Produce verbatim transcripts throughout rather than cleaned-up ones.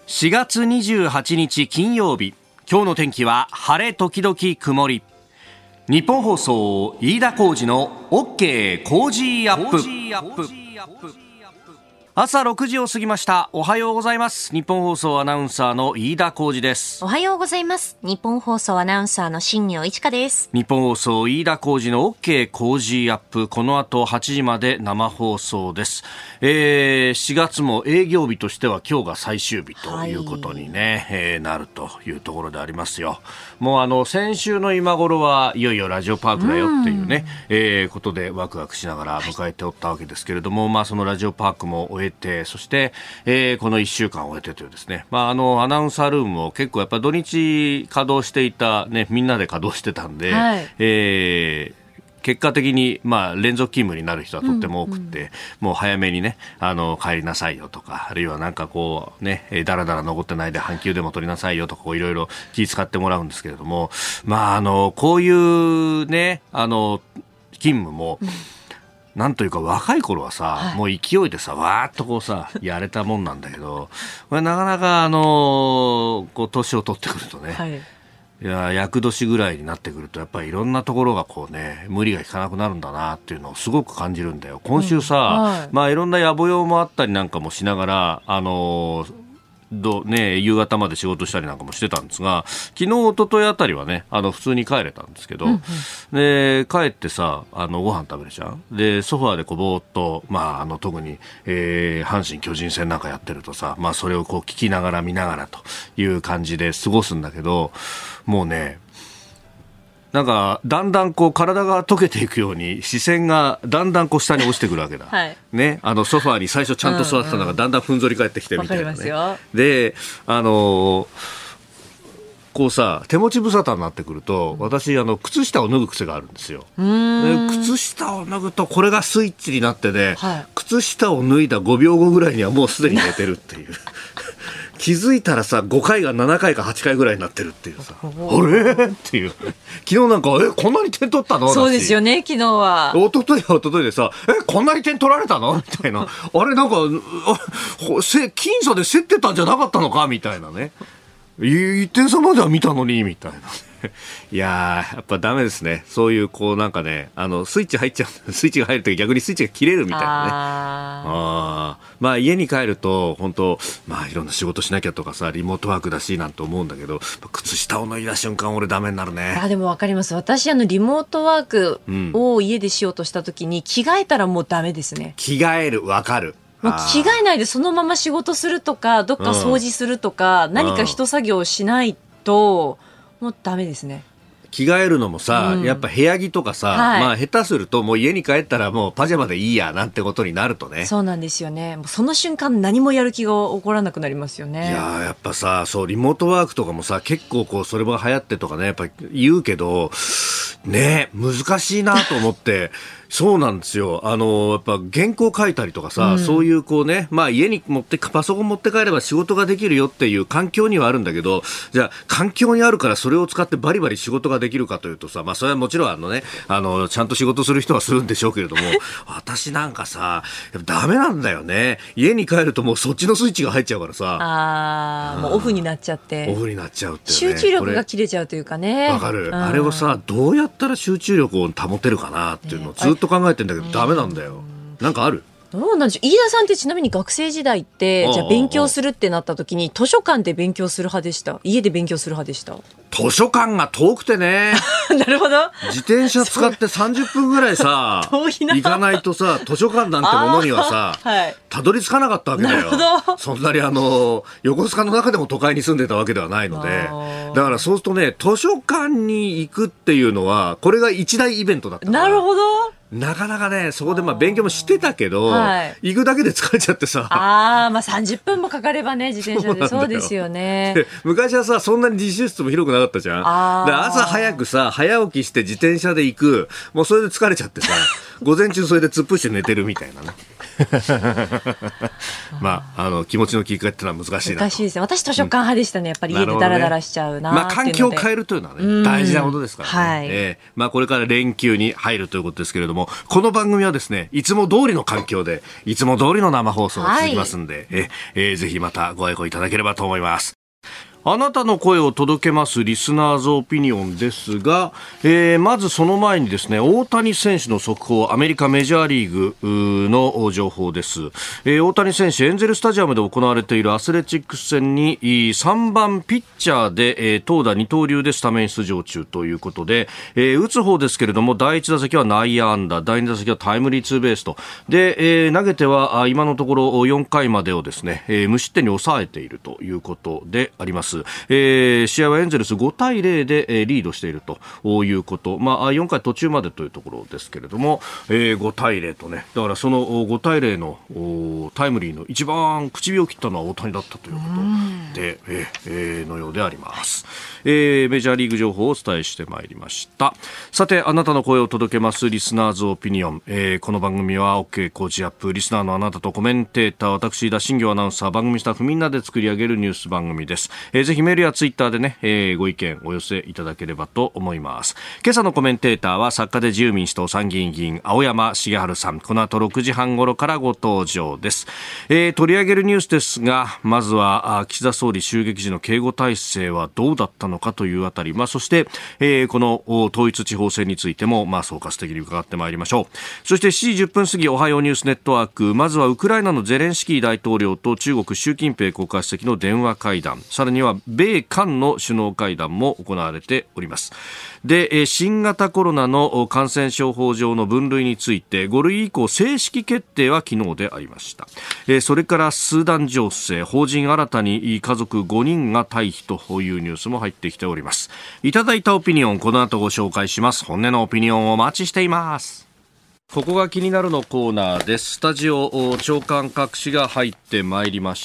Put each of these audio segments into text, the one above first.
しがつにじゅうはちにち金曜日、今日の天気は晴れ時々曇り。日本放送飯田浩司の OK 工事アップ。朝ろくじを過ぎました。おはようございます。日本放送アナウンサーの飯田浩司です。 おはようございます。日本放送アナウンサーの新業一華です。 日本放送飯田浩司の OK 工事アップ、この後はちじまで生放送です。えー、しがつも営業日としては今日が最終日ということにね、はい、えー、なるというところでありますよ。もうあの先週の今頃はいよいよラジオパークだよっていうね、うえー、ことでワクワクしながら迎えておったわけですけれども、はい、まあそのラジオパークも終えて、そして、えー、このいっしゅうかんを終えてというですね、まあ、あのアナウンサールームも結構やっぱ土日稼働していた、ね、みんなで稼働してたんで、はい、えー結果的に、まあ、連続勤務になる人はとっても多くて、うんうん、もう早めにね、あの帰りなさいよとか、あるいはなんかこうね、だらだら残ってないで半休でも取りなさいよとか、いろいろ気遣ってもらうんですけれども、まあ、あのこういうね、あの勤務も、うん、なんというか若い頃はさ、はい、もう勢いでさわーっとこうさやれたもんなんだけど、これなかなかあのこう年を取ってくるとね、はい、いや厄年ぐらいになってくるとやっぱりいろんなところがこうね無理がいかなくなるんだなっていうのをすごく感じるんだよ。今週さ、うんはい、まあいろんな野暮用もあったりなんかもしながら、あのーどね、夕方まで仕事したりなんかもしてたんですが、昨日一昨日あたりはねあの普通に帰れたんですけど、うんうん、で帰ってさあのご飯食べるじゃん。でソファーでこうぼーっと、まあ、あの特に、えー、阪神巨人戦なんかやってるとさ、まあ、それをこう聞きながら見ながらという感じで過ごすんだけど、もうねなんかだんだんこう体が溶けていくように視線がだんだんこう下に落ちてくるわけだ、はいね、あのソファーに最初ちゃんと座ってたのがだんだんふんぞり返ってきてみたいな、ね、わかりますよ。であのーこうさ手持ち無沙汰になってくると、私あの靴下を脱ぐ癖があるんですよ。 うーんで靴下を脱ぐとこれがスイッチになってね、 はい、 靴下を脱いだごびょうごぐらいにはもうすでに寝てるっていう気づいたらさごかいがななかいかはちかいぐらいになってるっていうさ、あれっていう昨日なんかえこんなに点取ったの。 そうですよね。昨日は一昨日は一昨日でさえこんなに点取られたのみたいなあれなんか僅差で競ってたんじゃなかったのかみたいなね、いってん差までは見たのにみたいないやーやっぱダメですね。そういうこうなんかねあのスイッチ入っちゃうスイッチが入ると逆にスイッチが切れるみたいなね。ああまあ家に帰ると本当まあいろんな仕事しなきゃとかさリモートワークだしなんて思うんだけど、靴下を脱いだ瞬間俺ダメになるね。 あでもわかります。私あのリモートワークを家でしようとした時に、うん、着替えたらもうダメですね。 着替えるわかる。 もう着替えないでそのまま仕事するとかどっか掃除するとか、うん、何か一作業しないともうダメですね。 着替えるのもさ、うん、やっぱ部屋着とかさ、はい、まあ下手するともう家に帰ったらもうパジャマでいいやなんてことになるとね。 そうなんですよね。もうその瞬間何もやる気が起こらなくなりますよね。 いややっぱさそうリモートワークとかもさ結構こうそれも流行ってとかねやっぱ言うけどね難しいなと思ってそうなんですよ。あのやっぱ原稿書いたりとかさ、うん、そういうこうね、まあ家に持ってパソコン持って帰れば仕事ができるよっていう環境にはあるんだけど、じゃあ環境にあるからそれを使ってバリバリ仕事ができるかというとさ、まあそれはもちろんあのね、あのちゃんと仕事する人はするんでしょうけれども、私なんかさダメなんだよね。家に帰るともうそっちのスイッチが入っちゃうからさ、 ああもうオフになっちゃってオフになっちゃうっていうね。 集中力が切れちゃうというかね。 わかる。あれをさどうやったら集中力を保てるかなっていうのをずっと考えてんだけど、ねダメなんだよ。なんかある？ どうなんでしょう。飯田さんってちなみに学生時代ってじゃあ勉強するってなった時に図書館で勉強する派でした？家で勉強する派でした？ 図書館が遠くてねなるほど。 自転車使ってさんじゅっぷんぐらいさ行かないとさ図書館なんてものにはさ、はい、たどり着かなかったわけだよ。そんなにあの横須賀の中でも都会に住んでたわけではないので、だからそうするとね図書館に行くっていうのはこれが一大イベントだったから。 なるほど。 なかなかねそこでまあ勉強もしてたけど、はい、行くだけで疲れちゃってさあ、まあ、さんじゅっぷんもかかればね自転車で。そうですよね。 昔はさそんなに自習室も広くなかったじゃん。あで朝早くさ早起きして自転車で行くもうそれで疲れちゃってさ午前中それで突っ伏して寝てるみたいなねまあ、あの気持ちの切り替えってのは難しいなと。 難しいですね。私図書館派でしたね。やっぱり家でダラダラしちゃうな、 まあ、環境を変えるというのはね大事なことですからね、 はいえーまあ、これから連休に入るということですけれども、この番組はですねいつも通りの環境でいつも通りの生放送が続きますんで、はい、ええー、ぜひまたご愛顧いただければと思います。あなたの声を届けますリスナーズオピニオンですが、えー、まずその前にですね、大谷選手の速報、アメリカメジャーリーグの情報です。えー、大谷選手、エンゼルスタジアムで行われているアスレチックス戦にさんばんピッチャーで、えー、投打二刀流でスタメン出場中ということで、えー、打つ方ですけれども、だいいち打席は内野安打、だいに打席はタイムリーツーベースとで、えー、投げては今のところよんかいまでをですね、えー、無失点に抑えているということであります。えー、試合はエンゼルスごたいゼロで、えー、リードしているということ、まあ、よんかい途中までというところですけれども、えー、ごたいゼロとね、だからそのごたいゼロのタイムリーの一番口火を切ったのは大谷だったということで、えーえー、のようであります。えー、メジャーリーグ情報をお伝えしてまいりました。さて、あなたの声を届けますリスナーズオピニオン、えー、この番組は OK 工事アップ、リスナーのあなたとコメンテーター、私田新行アナウンサー、番組スタッフみんなで作り上げるニュース番組です。えー、ぜひメールやツイッターでね、えー、ご意見お寄せいただければと思います。今朝のコメンテーターは作家で自由民主党参議院議員青山茂春さん、この後ろくじはん頃からご登場です。えー、取り上げるニュースですが、まずは岸田総理襲撃時の警護体制はどうだったのかというあたり、まあ、そして、えー、この統一地方選についても、まあ、総括的に伺ってまいりましょう。そしてしちじじゅっぷん過ぎ、おはようニュースネットワーク、まずはウクライナのゼレンスキー大統領と中国習近平国家主席の電話会談、さらには米韓の首脳会談も行われております。で、新型コロナの感染症法上の分類についてご類以降正式決定は昨日でありました。それからスーダン情勢、邦人新たに家族ごにんが退避というニュースも入ってきております。いただいたオピニオン、この後ご紹介します。本音のオピニオンをお待ちしています。ここが気になるのコーナーです。スタジオ長官各紙が入ってまいりました。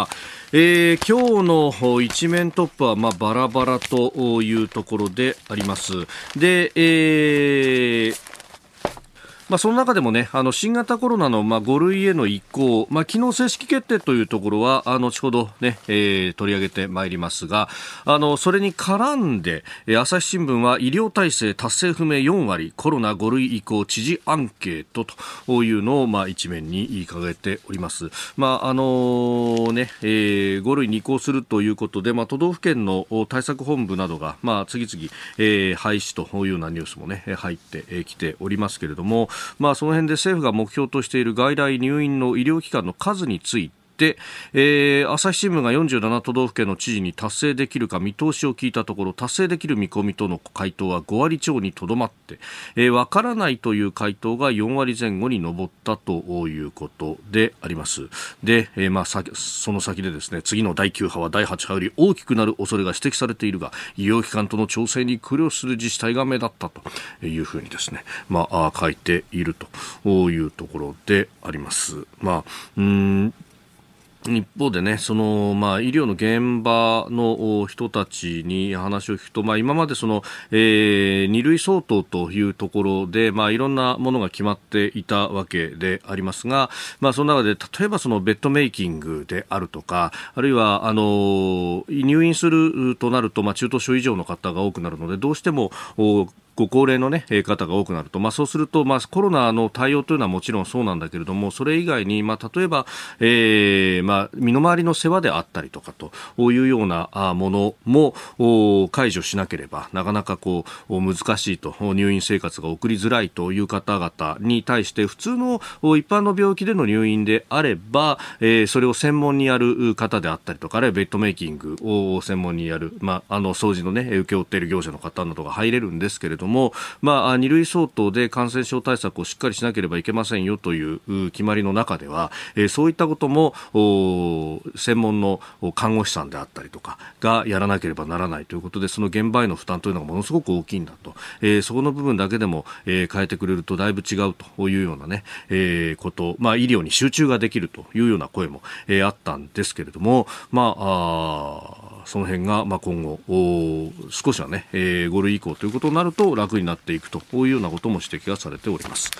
えー、今日の一面トップはまあバラバラというところであります。で、えーまあ、その中でもね、あの新型コロナのまあご類への移行、まあ、昨日正式決定というところはあの後ほどね、えー、取り上げてまいりますが、あのそれに絡んで、えー、朝日新聞は医療体制達成不明よんわり、コロナご類移行知事アンケートというのをまあ一面に掲げております。まああのねえー、ご類に移行するということで、まあ、都道府県の対策本部などがまあ次々、えー、廃止というようなニュースもね入ってきておりますけれども、まあ、その辺で政府が目標としている外来入院の医療機関の数についてで、えー、朝日新聞がよんじゅうなな都道府県の知事に達成できるか見通しを聞いたところ、達成できる見込みとの回答はごわりちょうにとどまって、えー、分からないという回答がよんわりぜん後に上ったということであります。で、えーまあ、さその先でですね、次のだいきゅう波はだいはち波より大きくなる恐れが指摘されているが、医療機関との調整に苦慮する自治体が目立ったというふうにですね、まあ、書いているというところであります。まあ、うーん一方でね、そのまあ、医療の現場の人たちに話を聞くと、まあ、今までその、えー、に類相当というところで、まあ、いろんなものが決まっていたわけでありますが、まあ、その中で例えばそのベッドメイキングであるとか、あるいはあの入院するとなると、まあ、中等症以上の方が多くなるので、どうしてもご高齢の、ね、方が多くなると、まあ、そうすると、まあ、コロナの対応というのはもちろんそうなんだけれども、それ以外に、まあ、例えば、えーまあ、身の回りの世話であったりとかというようなものも解除しなければなかなかこう難しいと、入院生活が送りづらいという方々に対して、普通の一般の病気での入院であれば、えー、それを専門にやる方であったりとか、あるいはベッドメイキングを専門にやる、まあ、あの掃除の、ね、請け負っている業者の方などが入れるんですけれども、もまあ、に類相当で感染症対策をしっかりしなければいけませんよという決まりの中では、えー、そういったことも専門の看護師さんであったりとかがやらなければならないということで、その現場への負担というのがものすごく大きいんだと、えー、そこの部分だけでも、えー、変えてくれるとだいぶ違うというような、ねえー、こと、まあ、医療に集中ができるというような声も、えー、あったんですけれども、まあ、あその辺がまあ今後少しはね、えー、ご類以降ということになると楽になっていくというようなことも指摘がされております。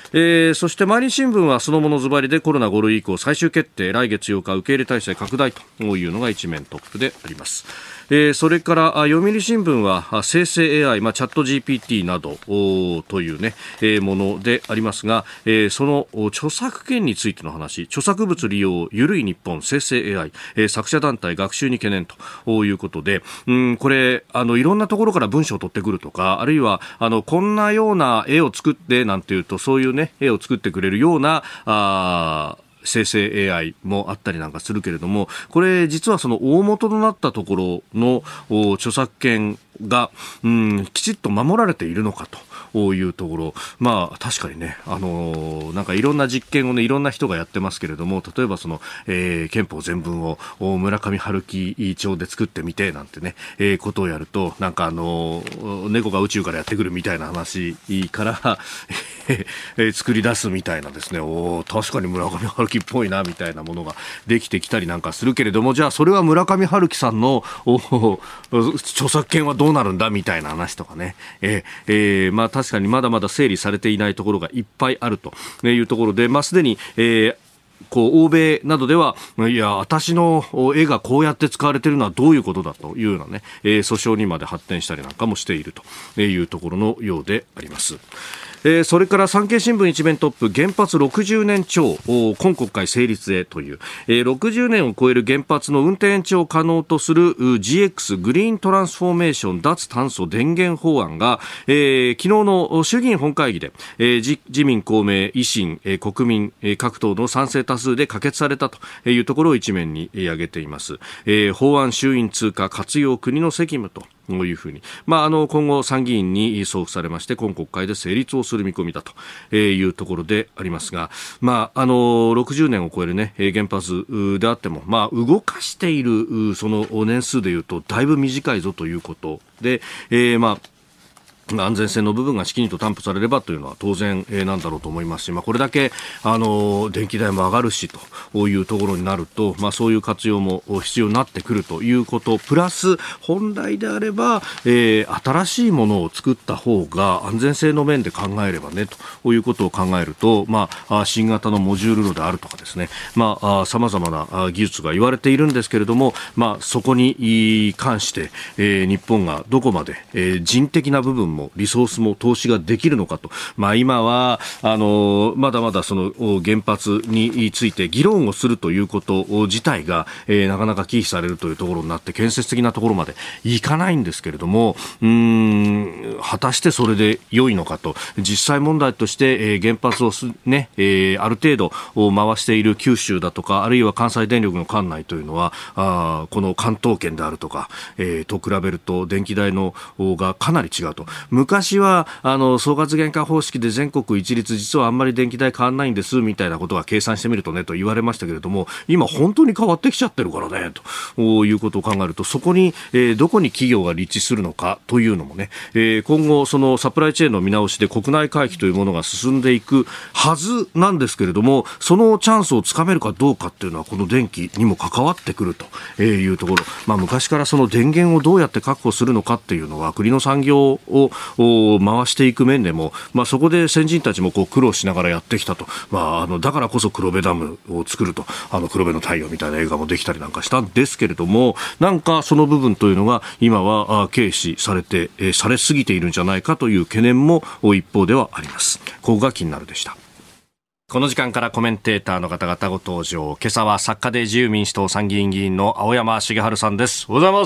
えー、そして毎日新聞はそのものズバリでコロナご類以降最終決定、来月ようか受け入れ体制拡大というのが一面トップであります。えー、それから読売新聞は生成 エーアイ、まあ、チャット ジーピーティー などという、ねえー、ものでありますが、えー、その著作権についての話、著作物利用緩い日本生成 エーアイ、えー、作者団体学習に懸念ということで、うんこれあのいろんなところから文章を取ってくるとか、あるいはあのこんなような絵を作ってなんていうと、そういう、ね、絵を作ってくれるようなあ生成 エーアイ もあったりなんかするけれども、これ実はその大元となったところの著作権が、うん、きちっと守られているのかというところ、まあ確かにね、あのー、なんかいろんな実験をねいろんな人がやってますけれども、例えばその、えー、憲法全文を村上春樹帳で作ってみてなんてね、えー、ことをやると、なんかあのー、猫が宇宙からやってくるみたいな話から、えー、作り出すみたいなですね、お確かに村上春樹っぽいなみたいなものができてきたりなんかするけれども、じゃあそれは村上春樹さんの著作権はどうなるんだみたいな話とかね、えーえー、まあ確かにまだまだ整理されていないところがいっぱいあるというところで、まあすでに、えーこう欧米などでは、いや私の絵がこうやって使われているのはどういうことだというようなね、えー、訴訟にまで発展したりなんかもしているというところのようであります。えー、それから産経新聞一面トップ、原発ろくじゅうねん超今国会成立へという、えー、ろくじゅうねんを超える原発の運転延長を可能とする ジーエックス グリーントランスフォーメーション脱炭素電源法案が、えー、昨日の衆議院本会議で、えー、自, 自民公明維新、えー、国民、えー、各党の賛成多数で可決されたというところを一面に挙げています。えー、法案衆院通過活用国の責務とこういうふうに、まあ、あの今後参議院に送付されまして今国会で成立をする見込みだというところでありますが、まあ、あのろくじゅうねんを超える、ね、原発であっても、まあ、動かしているその年数でいうとだいぶ短いぞということで、えー、まあ安全性の部分がしきりと担保されればというのは当然、えー、なんだろうと思いますし、まあ、これだけ、あのー、電気代も上がるしというところになると、まあ、そういう活用も必要になってくるということプラス本来であれば、えー、新しいものを作った方が安全性の面で考えればねということを考えると、まあ、新型のモジュール炉であるとかですね、まあ、様々な技術が言われているんですけれども、まあ、そこに関して、えー、日本がどこまで、えー、人的な部分もリソースも投資ができるのかと、まあ、今はあのまだまだその原発について議論をするということ自体が、えー、なかなか忌避されるというところになって建設的なところまでいかないんですけれども、うーん果たしてそれで良いのかと、実際問題として、えー、原発をす、ねえー、ある程度回している九州だとかあるいは関西電力の管内というのはあこの関東圏であるとか、えー、と比べると電気代のがかなり違うと。昔はあの総括原価方式で全国一律実はあんまり電気代変わらないんですみたいなことは計算してみるとねと言われましたけれども、今本当に変わってきちゃってるからねということを考えると、そこに、えー、どこに企業が立地するのかというのもね、えー、今後そのサプライチェーンの見直しで国内回帰というものが進んでいくはずなんですけれども、そのチャンスをつかめるかどうかっていうのはこの電気にも関わってくるというところ、まあ、昔からその電源をどうやって確保するのかっていうのは国の産業を回していく面でも、まあ、そこで先人たちもこう苦労しながらやってきたと、まあ、あのだからこそ黒部ダムを作ると、あの黒部の太陽みたいな映画もできたりなんかしたんですけれども、なんかその部分というのが今は軽視されて、えー、されすぎているんじゃないかという懸念も一方ではあります。ここが気になるでした。この時間からコメンテーターの方々ご登場。今朝は作家で自由民主党参議院議員の青山茂春さんです。おはようございます。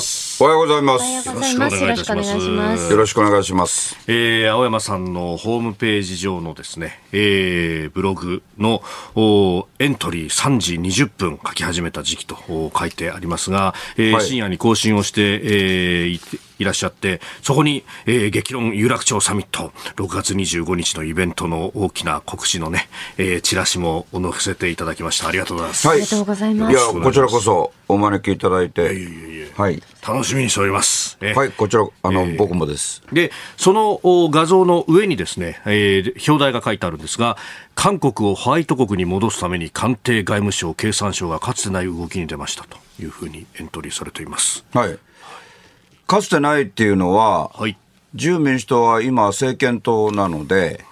おはようございます。 よろしくお願いいたします。 よろしくお願いします。 えー、青山さんのホームページ上のですね、えー、ブログのエントリーさんじにじゅっぷん書き始めた時期と書いてありますが、えーはい、深夜に更新をして、えー、いらっしゃって、そこに、えー、激論有楽町サミットろくがつにじゅうごにちのイベントの大きな告知のね、えー、チラシも載せていただきました。ありがとうございます。 はい、ありがとうございます。 いや、こちらこそお招きいただいて、いやいやいや、 はい、楽しみにしております。 えー、はい、こちらあの、えー、僕もです。 で、その画像の上にですね、えー、表題が書いてあるんですが、韓国をホワイト国に戻すために官邸、外務省、経産省がかつてない動きに出ましたというふうにエントリーされています。 はい。かつてないっていうのは、はい、自由民主党は今政権党なので、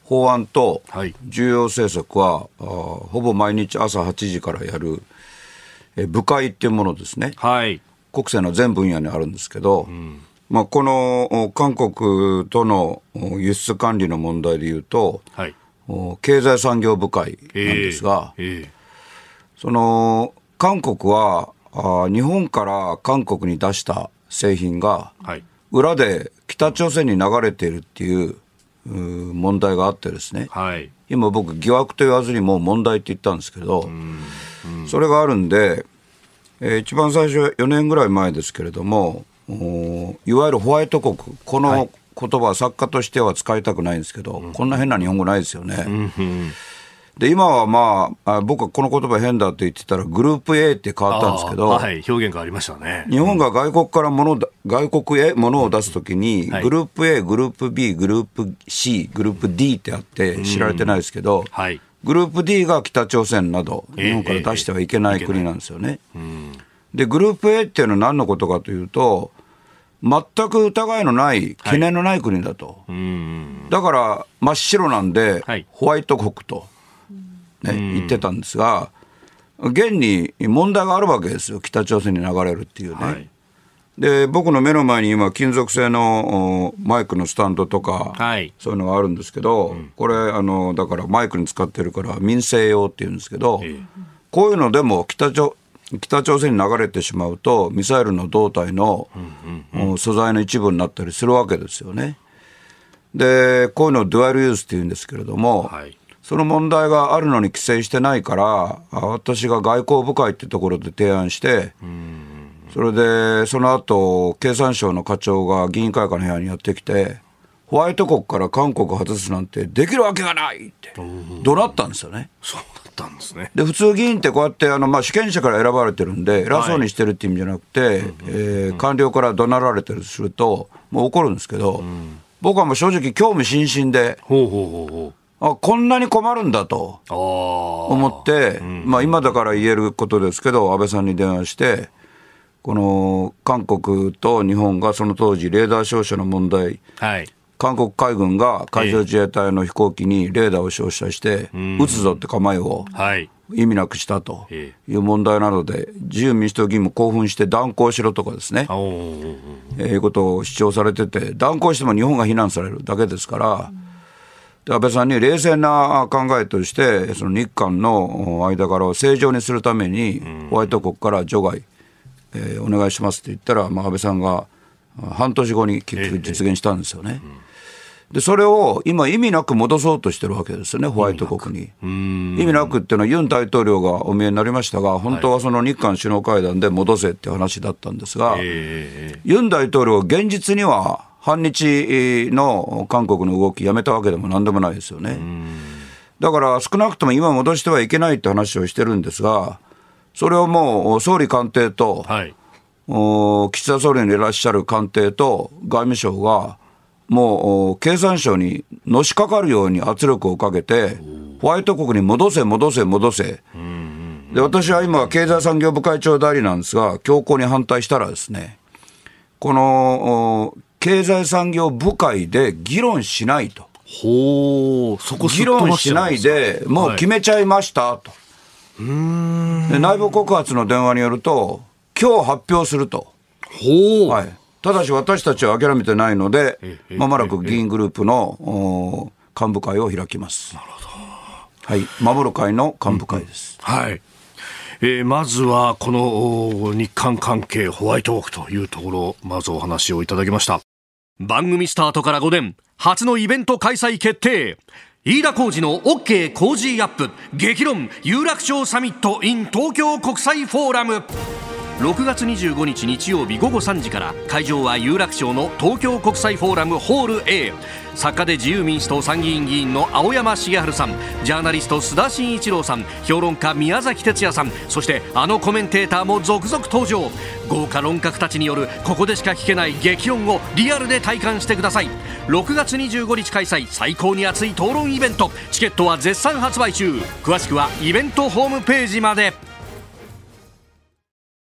法案とはい重要政策は、あほぼ毎日朝はちじからやるえ部会っていうものですね。 はい国政の全分野にあるんですけど、まあ、この韓国との輸出管理の問題でいうと、 はいお経済産業部会なんですが、 えーえその韓国はあ日本から韓国に出した製品がーはい裏で北朝鮮に流れているっていううー問題があってですね、 はい今僕疑惑と言わずにもう問題って言ったんですけど、それがあるんで、えー一番最初よねんぐらい前ですけれども、おいわゆるホワイト国、この言葉は作家としては使いたくないんですけど、こんな変な日本語ないですよね。で今はまああ僕はこの言葉変だって言ってたらグループ A って変わったんですけど、 あーはい表現がありましたね。 日本が外国から物をだ外国へ物を出すときに、 はいグループ A、グループ B、グループ C、グループ D ってあって知られてないですけど、 はいグループ D が北朝鮮などええ日本から出してはいけない国なんですよね。でグループ A っていうのは何のことかというと、全く疑いのない懸念のない国だと、だから真っ白なんで、 はいホワイト国と、ね、言ってたんですが、現に問題があるわけですよ、北朝鮮に流れるっていうね。 はいで僕の目の前に今金属製のおマイクのスタンドとか、 はいそういうのがあるんですけど、これあのだからマイクに使ってるから民生用っていうんですけど、 ええこういうのでも北朝北朝鮮に流れてしまうとミサイルの胴体の、お素材の一部になったりするわけですよね。でこういうのをデュアルユースっていうんですけれども、 はいその問題があるのに規制してないから、あ私が外交部会ってところで提案して、それでその後経産省の課長が議員会館の部屋にやってきて、ホワイト国から韓国を外すなんてできるわけがないって怒鳴ったんですよね。 そうだったんですね。 で普通議員ってこうやってあの、まあ、主権者から選ばれてるんで偉そうにしてるって意味じゃなくて、えー官僚から怒鳴られたりするともう怒るんですけど、僕はもう正直興味津々で、 ほうほうほうほうあこんなに困るんだとあー思って、まあ、今だから言えることですけど安倍さんに電話してこの韓国と日本がその当時レーダー照射の問題、 はい韓国海軍が海上自衛隊の飛行機にレーダーを照射して撃つぞって構えをはい意味なくしたとえいう問題なので、自由民主党議員も興奮して断交しろとかですね、 あおーえーいうことを主張されてて、断交しても日本が非難されるだけですから、で安倍さんに冷静な考えとしてその日韓の間柄を正常にするためにホワイト国から除外、えーお願いしますって言ったら、まあ、安倍さんが半年後に結局実現したんですよね。でそれを今意味なく戻そうとしてるわけですよね、ホワイト国に。意味なくっていうのはユン大統領がお見えになりましたが、本当はその日韓首脳会談で戻せっていう話だったんですが、 えーユン大統領は現実には反日の韓国の動きやめたわけでもなんでもないですよね。だから少なくとも今戻してはいけないって話をしてるんですが、それをもう総理官邸と、 はいお岸田総理のいらっしゃる官邸と外務省がもうお経産省にのしかかるように圧力をかけてホワイト国に戻せ戻せ戻せ。で私は今経済産業部会長代理なんですが、強硬に反対したらですね、このお経済産業部会で議論しないと、 ほうそこす議っ飛ば論しないしちゃうんですかでもう決めちゃいましたと、で内部告発の電話によると今日発表すると、 ほう、 はい、ただし私たちは諦めてないのでええまもなく議員グループのお幹部会を開きます。なるほど、はい、守る会の幹部会です、 はいえー、まずはこのお日韓関係ホワイト国というところ、まずお話をいただきました。番組スタートからごねん初のイベント開催決定、飯田浩司の OK 工事アップ激論有楽町サミット in 東京国際フォーラム。ろくがつにじゅうごにち日曜日午後さんじから、会場は有楽町の東京国際フォーラムホール A。 作家で自由民主党参議院議員の青山茂春さん、ジャーナリスト須田慎一郎さん、評論家宮崎哲也さん、そしてあのコメンテーターも続々登場。豪華論客たちによるここでしか聞けない激論をリアルで体感してください。ろくがつにじゅうごにち開催、最高に熱い討論イベント、チケットは絶賛発売中。詳しくはイベントホームページまで。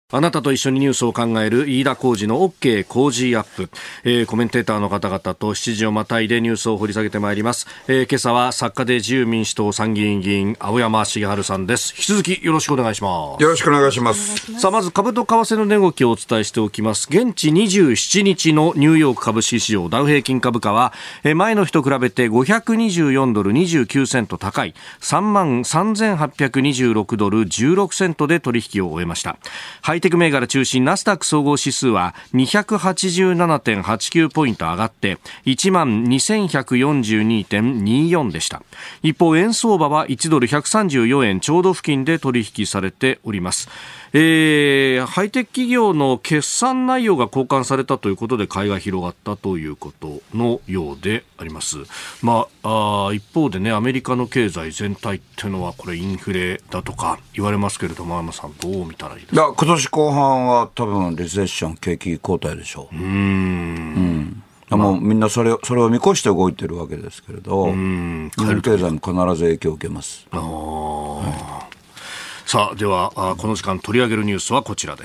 あなたと一緒にニュースを考える飯田浩司の OK 工事アップ、えー、コメンテーターの方々としちじをまたいでニュースを掘り下げてまいります、えー、今朝は作家で自由民主党参議院議員青山茂春さんです。引き続きよろしくお願いします。 よろしくお願いします。 さあまず株と為替の値動きをお伝えしておきます。現地にじゅうしちにちのニューヨーク株式市場ダウ平均株価は、えー、前の日と比べてごひゃくにじゅうよんドルにじゅうきゅうセント高い さんまんさんぜんはっぴゃくにじゅうろくドルじゅうろくセントで取引を終えました。ハイテク銘柄中心ナスダック総合指数は にひゃくはちじゅうななてんはちきゅう ポイント上がって いちまんにせんひゃくよんじゅうにてんにじゅうよん でした。一方円相場はいちドルひゃくさんじゅうよえんちょうど付近で取引されております。えー、ハイテク企業の決算内容が交換されたということで買いが広がったということのようであります。まあ、あ一方でねアメリカの経済全体っていうのはこれインフレだとか言われますけれども、山さんどう見たらいいですか。 いや今年後半は多分リセッション景気後退でしょう。うーん、うん、もうみんなそれを、それを見越して動いてるわけですけれど、うーん日本経済も必ず影響を受けます。あ、はい、 さあではこの時間取り上げるニュースはこちらです。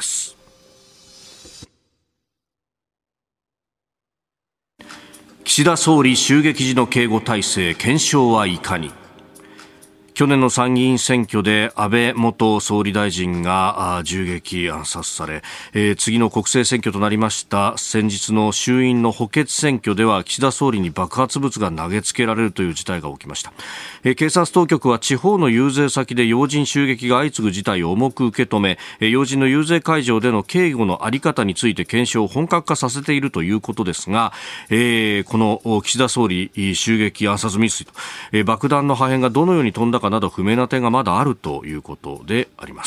岸田総理襲撃時の警護体制検証はいかに。去年の参議院選挙で安倍元総理大臣が銃撃暗殺され、えー、次の国政選挙となりました先日の衆院の補欠選挙では岸田総理に爆発物が投げつけられるという事態が起きました。えー、警察当局は地方の遊説先で要人襲撃が相次ぐ事態を重く受け止め、えー、要人の遊説会場での警護の在り方について検証を本格化させているということですが、えー、この岸田総理襲撃暗殺未遂と、えー、爆弾の破片がどのように飛んだかなど不明な点がまだあるということであります。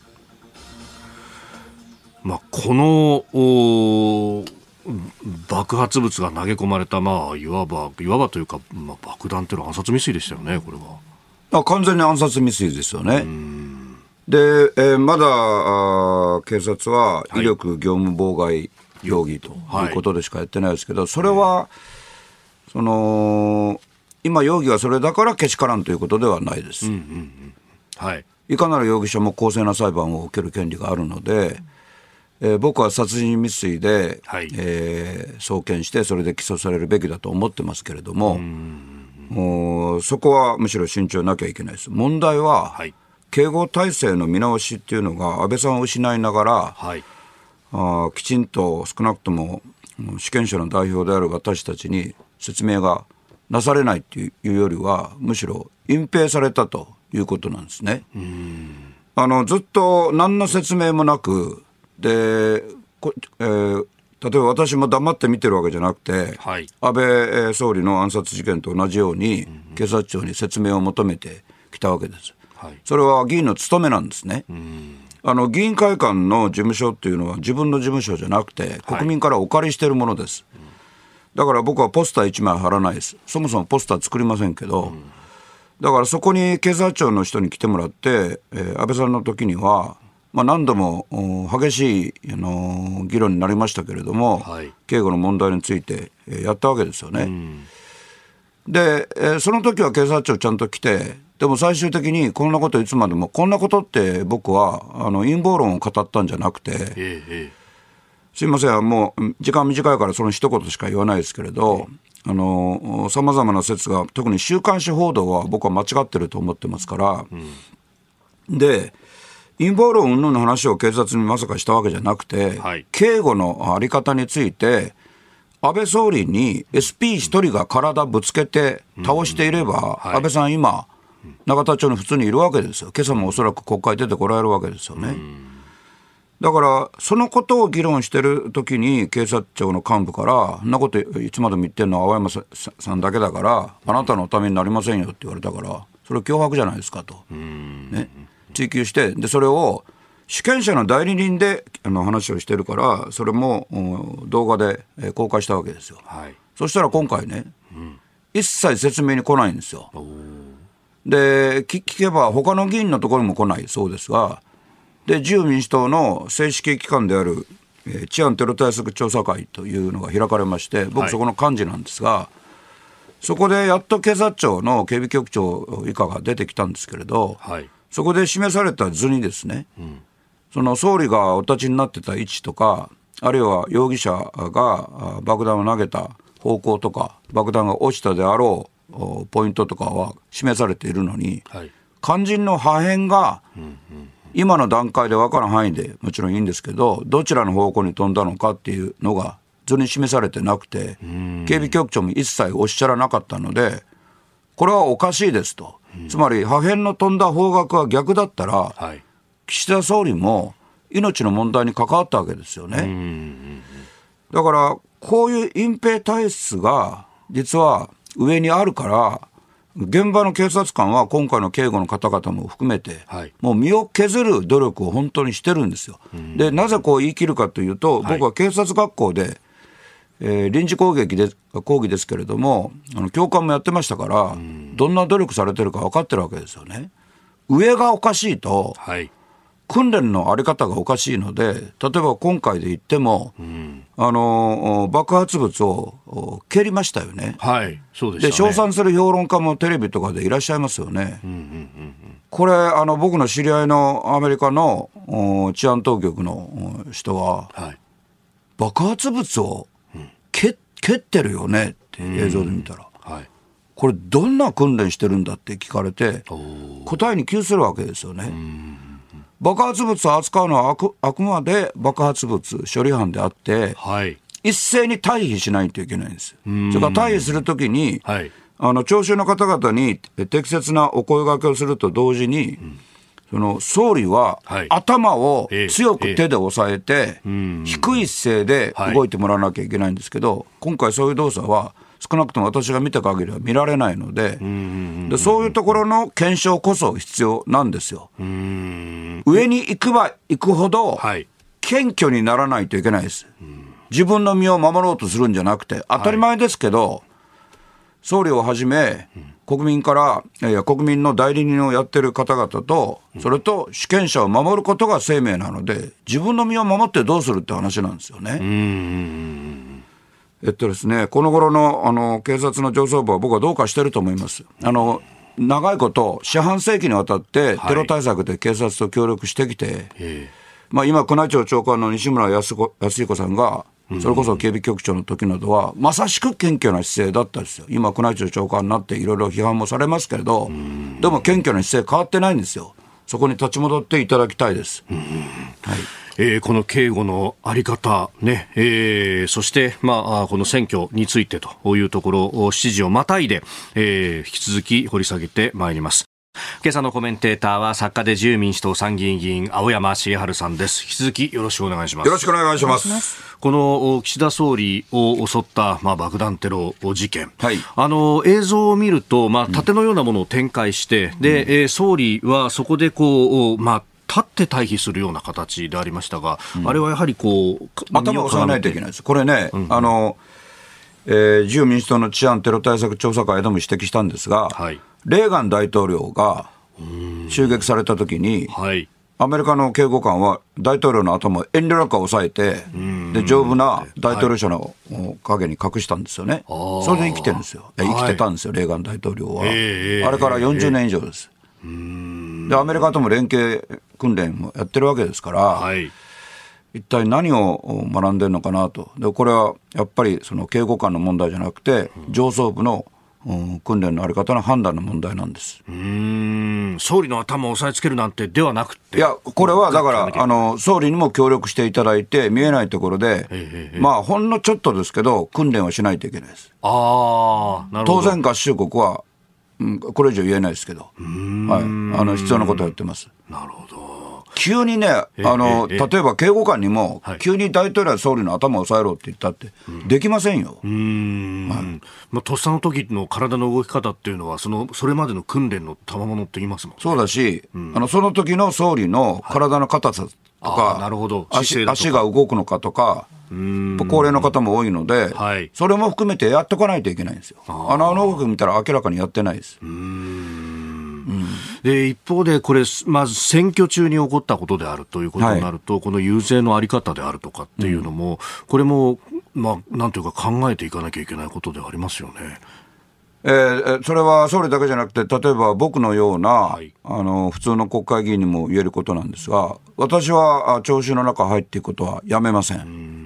まあ、この爆発物が投げ込まれた、まあ、いわばいわばというか、まあ、爆弾というのは暗殺未遂でしたよね。これはあ完全に暗殺未遂ですよね。で、えー、まだあ警察は威力業務妨害容疑ということでしかやってないですけど、はい、それはその今容疑はそれだからけしからんということではないです。うんうんうん、はい、いかなる容疑者も公正な裁判を受ける権利があるので、えー、僕は殺人未遂で、はい、えー、送検してそれで起訴されるべきだと思ってますけれども、うんうんうん、そこはむしろ慎重なきゃいけないです。問題は、はい、警護体制の見直しっていうのが安倍さんを失いながら、はい、あきちんと少なくとも主権者の代表である私たちに説明がなされないというよりはむしろ隠蔽されたということなんですね。うーんあのずっと何の説明もなくで、こえー、例えば私も黙って見てるわけじゃなくて、はい、安倍総理の暗殺事件と同じように、うん、警察庁に説明を求めてきたわけです、はい、それは議員の務めなんですね。うーんあの議員会館の事務所っていうのは自分の事務所じゃなくて国民からお借りしているものです、はい、だから僕はポスターいちまい貼らないです。そもそもポスター作りませんけど、うん、だからそこに警察庁の人に来てもらって、えー、安倍さんの時には、まあ、何度も激しい、あのー、議論になりましたけれども、はい、警護の問題について、えー、やったわけですよね、うん、で、えー、その時は警察庁ちゃんと来て、でも最終的にこんなこといつまでもこんなことって僕はあの陰謀論を語ったんじゃなくて、ええ、すいませんもう時間短いからその一言しか言わないですけれど、あのさまざまな説が特に週刊誌報道は僕は間違ってると思ってますから、うん、で陰謀論云々の話を警察にまさかしたわけじゃなくて、はい、警護のあり方について安倍総理に エスピーひとりが体ぶつけて倒していれば、うんうんはい、安倍さん今永田町に普通にいるわけですよ。今朝もおそらく国会出てこられるわけですよね。だからそのことを議論してるときに警察庁の幹部からそんなこといつまでも言ってるのは青山さんだけだからあなたのためになりませんよって言われたから、それ脅迫じゃないですかと、ね、追及して、でそれを主権者の代理人であの話をしてるからそれも動画で公開したわけですよ、はい、そしたら今回ね、うん、一切説明に来ないんですよ。で 聞, 聞けば他の議員のところにも来ないそうですが、で自由民主党の正式機関である、えー、治安テロ対策調査会というのが開かれまして、僕そこの幹事なんですが、はい、そこでやっと警察庁の警備局長以下が出てきたんですけれど、はい、そこで示された図にですね、うん、 その総理がお立ちになってた位置とか、あるいは容疑者が爆弾を投げた方向とか、爆弾が落ちたであろうポイントとかは示されているのに、はい、肝心の破片が今の段階で分かる範囲でもちろんいいんですけど、どちらの方向に飛んだのかっていうのが図に示されてなくて、警備局長も一切おっしゃらなかったので、これはおかしいですと。つまり破片の飛んだ方角が逆だったら、はい、岸田総理も命の問題に関わったわけですよね。だからこういう隠蔽体質が実は上にあるから、現場の警察官は今回の警護の方々も含めて、はい、もう身を削る努力を本当にしてるんですよ。でなぜこう言い切るかというと、僕は警察学校で、えー、臨時攻撃で講義ですけれども、あの教官もやってましたから、どんな努力されてるか分かってるわけですよね。上がおかしいと、はい、訓練のあり方がおかしいので、例えば今回で言っても、うん、あの爆発物を蹴りましたよね。はい、そうでしたね。で称賛する評論家もテレビとかでいらっしゃいますよね。うんうんうんうん、これあの僕の知り合いのアメリカの治安当局の人は、はい、爆発物を蹴、蹴ってるよねって映像で見たら、うんはい、これどんな訓練してるんだって聞かれて答えに窮するわけですよね。うん、爆発物を扱うのは あく, あくまで爆発物処理班であって、はい、一斉に退避しないといけないんです。それから退避するときに、はい、あの聴衆の方々に適切なお声掛けをすると同時に、うん、その総理は頭を強く手で押さえて、低い姿勢で動いてもらわなきゃいけないんですけど、今回そういう動作は少なくとも私が見た限りは見られないの で, でそういうところの検証こそ必要なんですよ。うーん上に行くば行くほど謙虚にならないといけないです。自分の身を守ろうとするんじゃなくて、当たり前ですけど、はい、総理をはじめ国民からいや国民の代理人をやってる方々と、それと主権者を守ることが生命なので、自分の身を守ってどうするって話なんですよね。うーんえっとですね、この頃 の, あの警察の上層部は僕はどうかしてると思います。あの長いこと四半世紀にわたってテロ対策で警察と協力してきて、はいまあ、今宮内庁長官の西村康彦さんがそれこそ警備局長の時などはまさしく謙虚な姿勢だったんですよ。今宮内庁長官になっていろいろ批判もされますけれど、でも謙虚な姿勢変わってないんですよ。そこに立ち戻っていただきたいです。はいえー、この警護のあり方、ねえー、そして、まあ、この選挙についてというところ、しちじをまたいで、えー、引き続き掘り下げてまいります。今朝のコメンテーターは作家で自由民主党参議院議員青山茂春さんです。引き続きよろしくお願いします。 よろしくお願いします。 この岸田総理を襲った、まあ、爆弾テロ事件、はい、あの映像を見ると、まあ、盾のようなものを展開して、うん、で、えー、総理はそこでこう、まあ立って退避するような形でありましたが、うん、あれはやはりこう頭を押さえないといけないです。これね、うんあのえー、自由民主党の治安テロ対策調査会でも指摘したんですが、はい、レーガン大統領が襲撃された時に、はい、アメリカの警護官は大統領の頭を遠慮なく押さえて、で丈夫な大統領車の影に隠したんですよね。はい、それで生きてるんですよ。生きてたんですよ、レーガン大統領は。あれからよんじゅうねん以上です。うーんでアメリカとも連携訓練もやってるわけですから、はい、一体何を学んでるのかなと。でこれはやっぱりその警護官の問題じゃなくて、上層部の、うん、訓練のあり方の判断の問題なんです。 うーん総理の頭を押さえつけるなんてではなくて、 いやこれはだからあの総理にも協力していただいて、見えないところで、ええまあほんのちょっとですけど訓練はしないといけないです。あなるほど。当然合衆国はうん、これ以上言えないですけど、はい、あの必要なことをやってます。なるほど。急にね、あの例えば警護官にも、はい、急に大統領や総理の頭を押さえろって言ったって、うん、できませんよ。うーん、 はいまあ、とっさの時の体の動き方っていうのはそのそれまでの訓練の賜物って言いますもんね。 そうだし、うん、あのその時の総理の体の硬さとか、はい、なるほど 足, 足が動くのかとか、うん高齢の方も多いので、はい、それも含めてやっとかないといけないんですよ。あの動き見たら明らかにやってないです。うーん、うん、 で一方でこれ、まず選挙中に起こったことであるということになると、はい、この遊説のあり方であるとかっていうのも、うん、これも、まあ、なんというか考えていかなきゃいけないことではありますよね。 えー、それは総理だけじゃなくて、例えば僕のような、はい、あの普通の国会議員にも言えることなんですが、私は聴衆の中入っていくことはやめません。うん、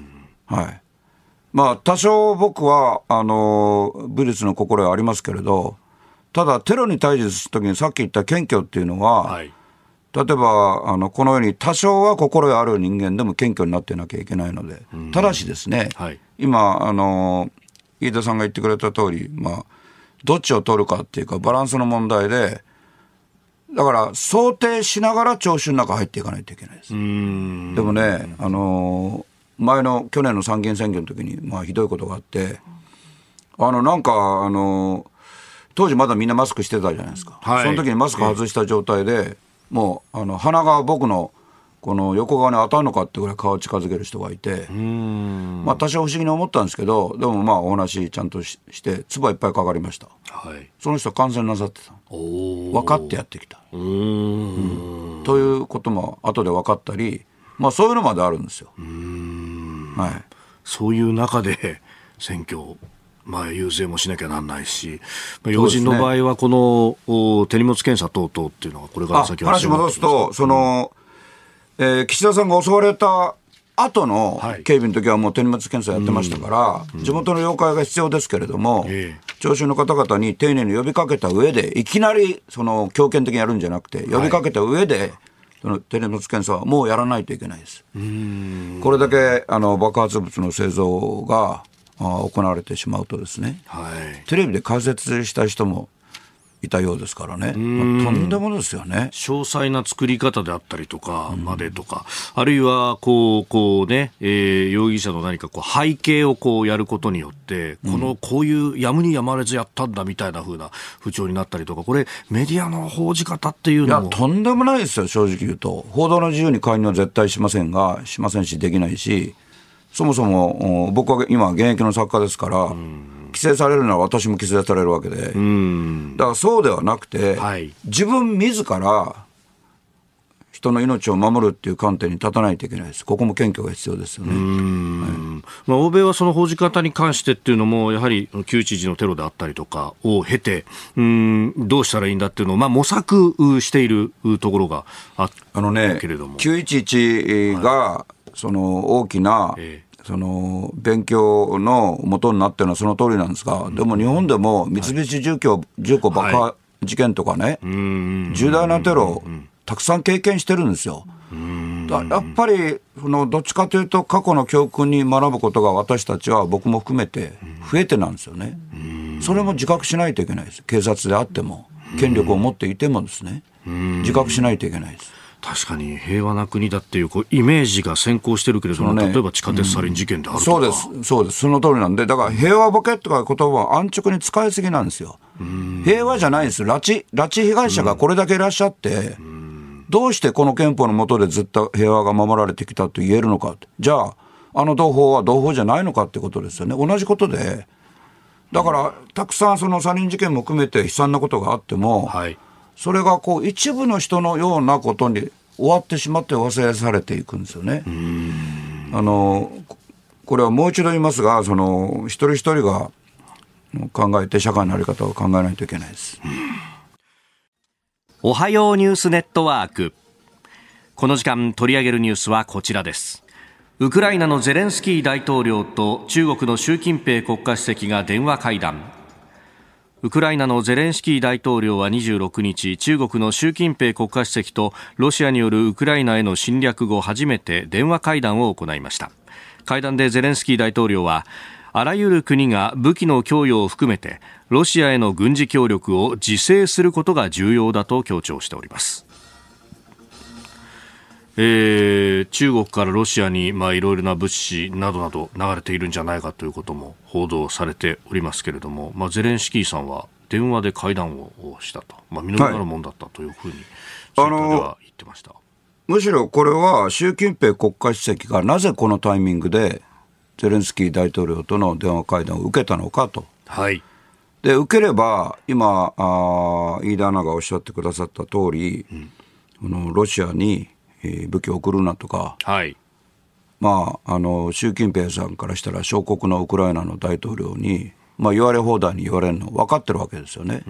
はい。まあ、多少僕はあの武律の心はありますけれど、ただテロに対峙するときにさっき言った謙虚っていうのは、はい、例えばあのこのように多少は心がある人間でも謙虚になっていなきゃいけないので、うん、ただしですね、はい、今あの飯田さんが言ってくれた通り、まあどっちを取るかっていうかバランスの問題で、だから想定しながら聴衆の中入っていかないといけないです。うーん、でもね、あの前の去年の参議院選挙の時に、まあ、ひどいことがあって、あのなんかあの当時まだみんなマスクしてたじゃないですか、はい、その時にマスク外した状態で、もうあの鼻が僕のこの横側に当たるのかってぐらい顔を近づける人がいて、うーん、まあ、多少不思議に思ったんですけど、でもまあお話ちゃんと し, して唾いっぱいかかりました、はい、その人は感染なさってた、分かってやってきた、うーん、うん、ということも後で分かったり、まあ、そういうのまであるんですよ。うーん、はい、 そういう中で選挙まあ、遊説もしなきゃなんないし、まあ、要人の場合はこの、ね、手荷物検査等々っていうのがこれから先は話戻すと、その、うん、えー、岸田さんが襲われた後の警備の時はもう手荷物検査やってましたから、はいうん、地元の了解が必要ですけれども、えー、聴衆の方々に丁寧に呼びかけた上で、いきなりその強権的にやるんじゃなくて、呼びかけた上で、はい、その手荷物検査はもうやらないといけないです。うーん、これだけあの爆発物の製造が行われてしまうとですね、はい、テレビで解説した人もいたようですからね、まあ、とんでもですよね。 詳細な作り方であったりとかまでとか、うん、あるいはこうこうね、えー、容疑者の何かこう背景をこうやることによって、このこういうやむにやまれずやったんだみたいな風な風潮になったりとか、これメディアの報じ方っていうのも、 いやとんでもないですよ。正直言うと報道の自由に介入は絶対しませんがしませんしできないし、そもそも僕は今現役の作家ですから、うん、規制されるなら私も規制されるわけで、うん、だからそうではなくて、はい、自分自ら人の命を守るっていう観点に立たないといけないです。ここも謙虚が必要ですよね。うーん、 はい、まあ、欧米はその報じ方に関してっていうのもやはりきゅういちいちのテロであったりとかを経て、うーんどうしたらいいんだっていうのを、まあ、模索しているところがあったけれども、 あのね、きゅういちいちが、はい、その大きな、えー、その勉強の元になっているのはその通りなんですが、うん、でも日本でも三菱重工、重工爆破事件とかね、はい、重大なテロをたくさん経験してるんですよ。だやっぱりそのどっちかというと過去の教訓に学ぶことが私たちは僕も含めて増えてなんですよね。それも自覚しないといけないです。警察であっても権力を持っていてもですね、自覚しないといけないです。 確かに平和な国だっていう、こうイメージが先行してるけれども、ね、例えば地下鉄サリン事件であるとか、 うん、そうですそうです、その通りなんで、だから平和ボケとか言葉は安直に使いすぎなんですよ。平和じゃないんです。拉致拉致被害者がこれだけいらっしゃって、どうしてこの憲法の下でずっと平和が守られてきたと言えるのか。じゃああの同胞は同胞じゃないのかってことですよね。同じことで、だからたくさんそのサリン事件も含めて悲惨なことがあっても、はい、それがこう一部の人のようなことに終わってしまって忘れされていくんですよね。うーん、あのこれはもう一度言いますが、その一人一人が考えて社会の在り方を考えないといけないです。 おはようニュースネットワーク。この時間取り上げるニュースはこちらです。ウクライナのゼレンスキー大統領と中国の習近平国家主席が電話会談。ウクライナのゼレンスキー大統領はにじゅうろくにち、中国の習近平国家主席とロシアによるウクライナへの侵略後初めて電話会談を行いました。会談でゼレンスキー大統領は、あらゆる国が武器の供与を含めてロシアへの軍事協力を自制することが重要だと強調しております。えー、中国からロシアにまあいろいろな物資などなど流れているんじゃないかということも報道されておりますけれども、まあ、ゼレンスキーさんは電話で会談をしたと、まあ、見逃れるもんだったというふうにツイッターでは言ってました。 むしろこれは習近平国家主席がなぜこのタイミングでゼレンスキー大統領との電話会談を受けたのかと、はい、で受ければ今あ飯田アナがおっしゃってくださった通り、うん、このロシアに武器を送るなとか、はい、まあ、あの習近平さんからしたら小国のウクライナの大統領にまあ、言われ放題に言われるの分かってるわけですよね、うん、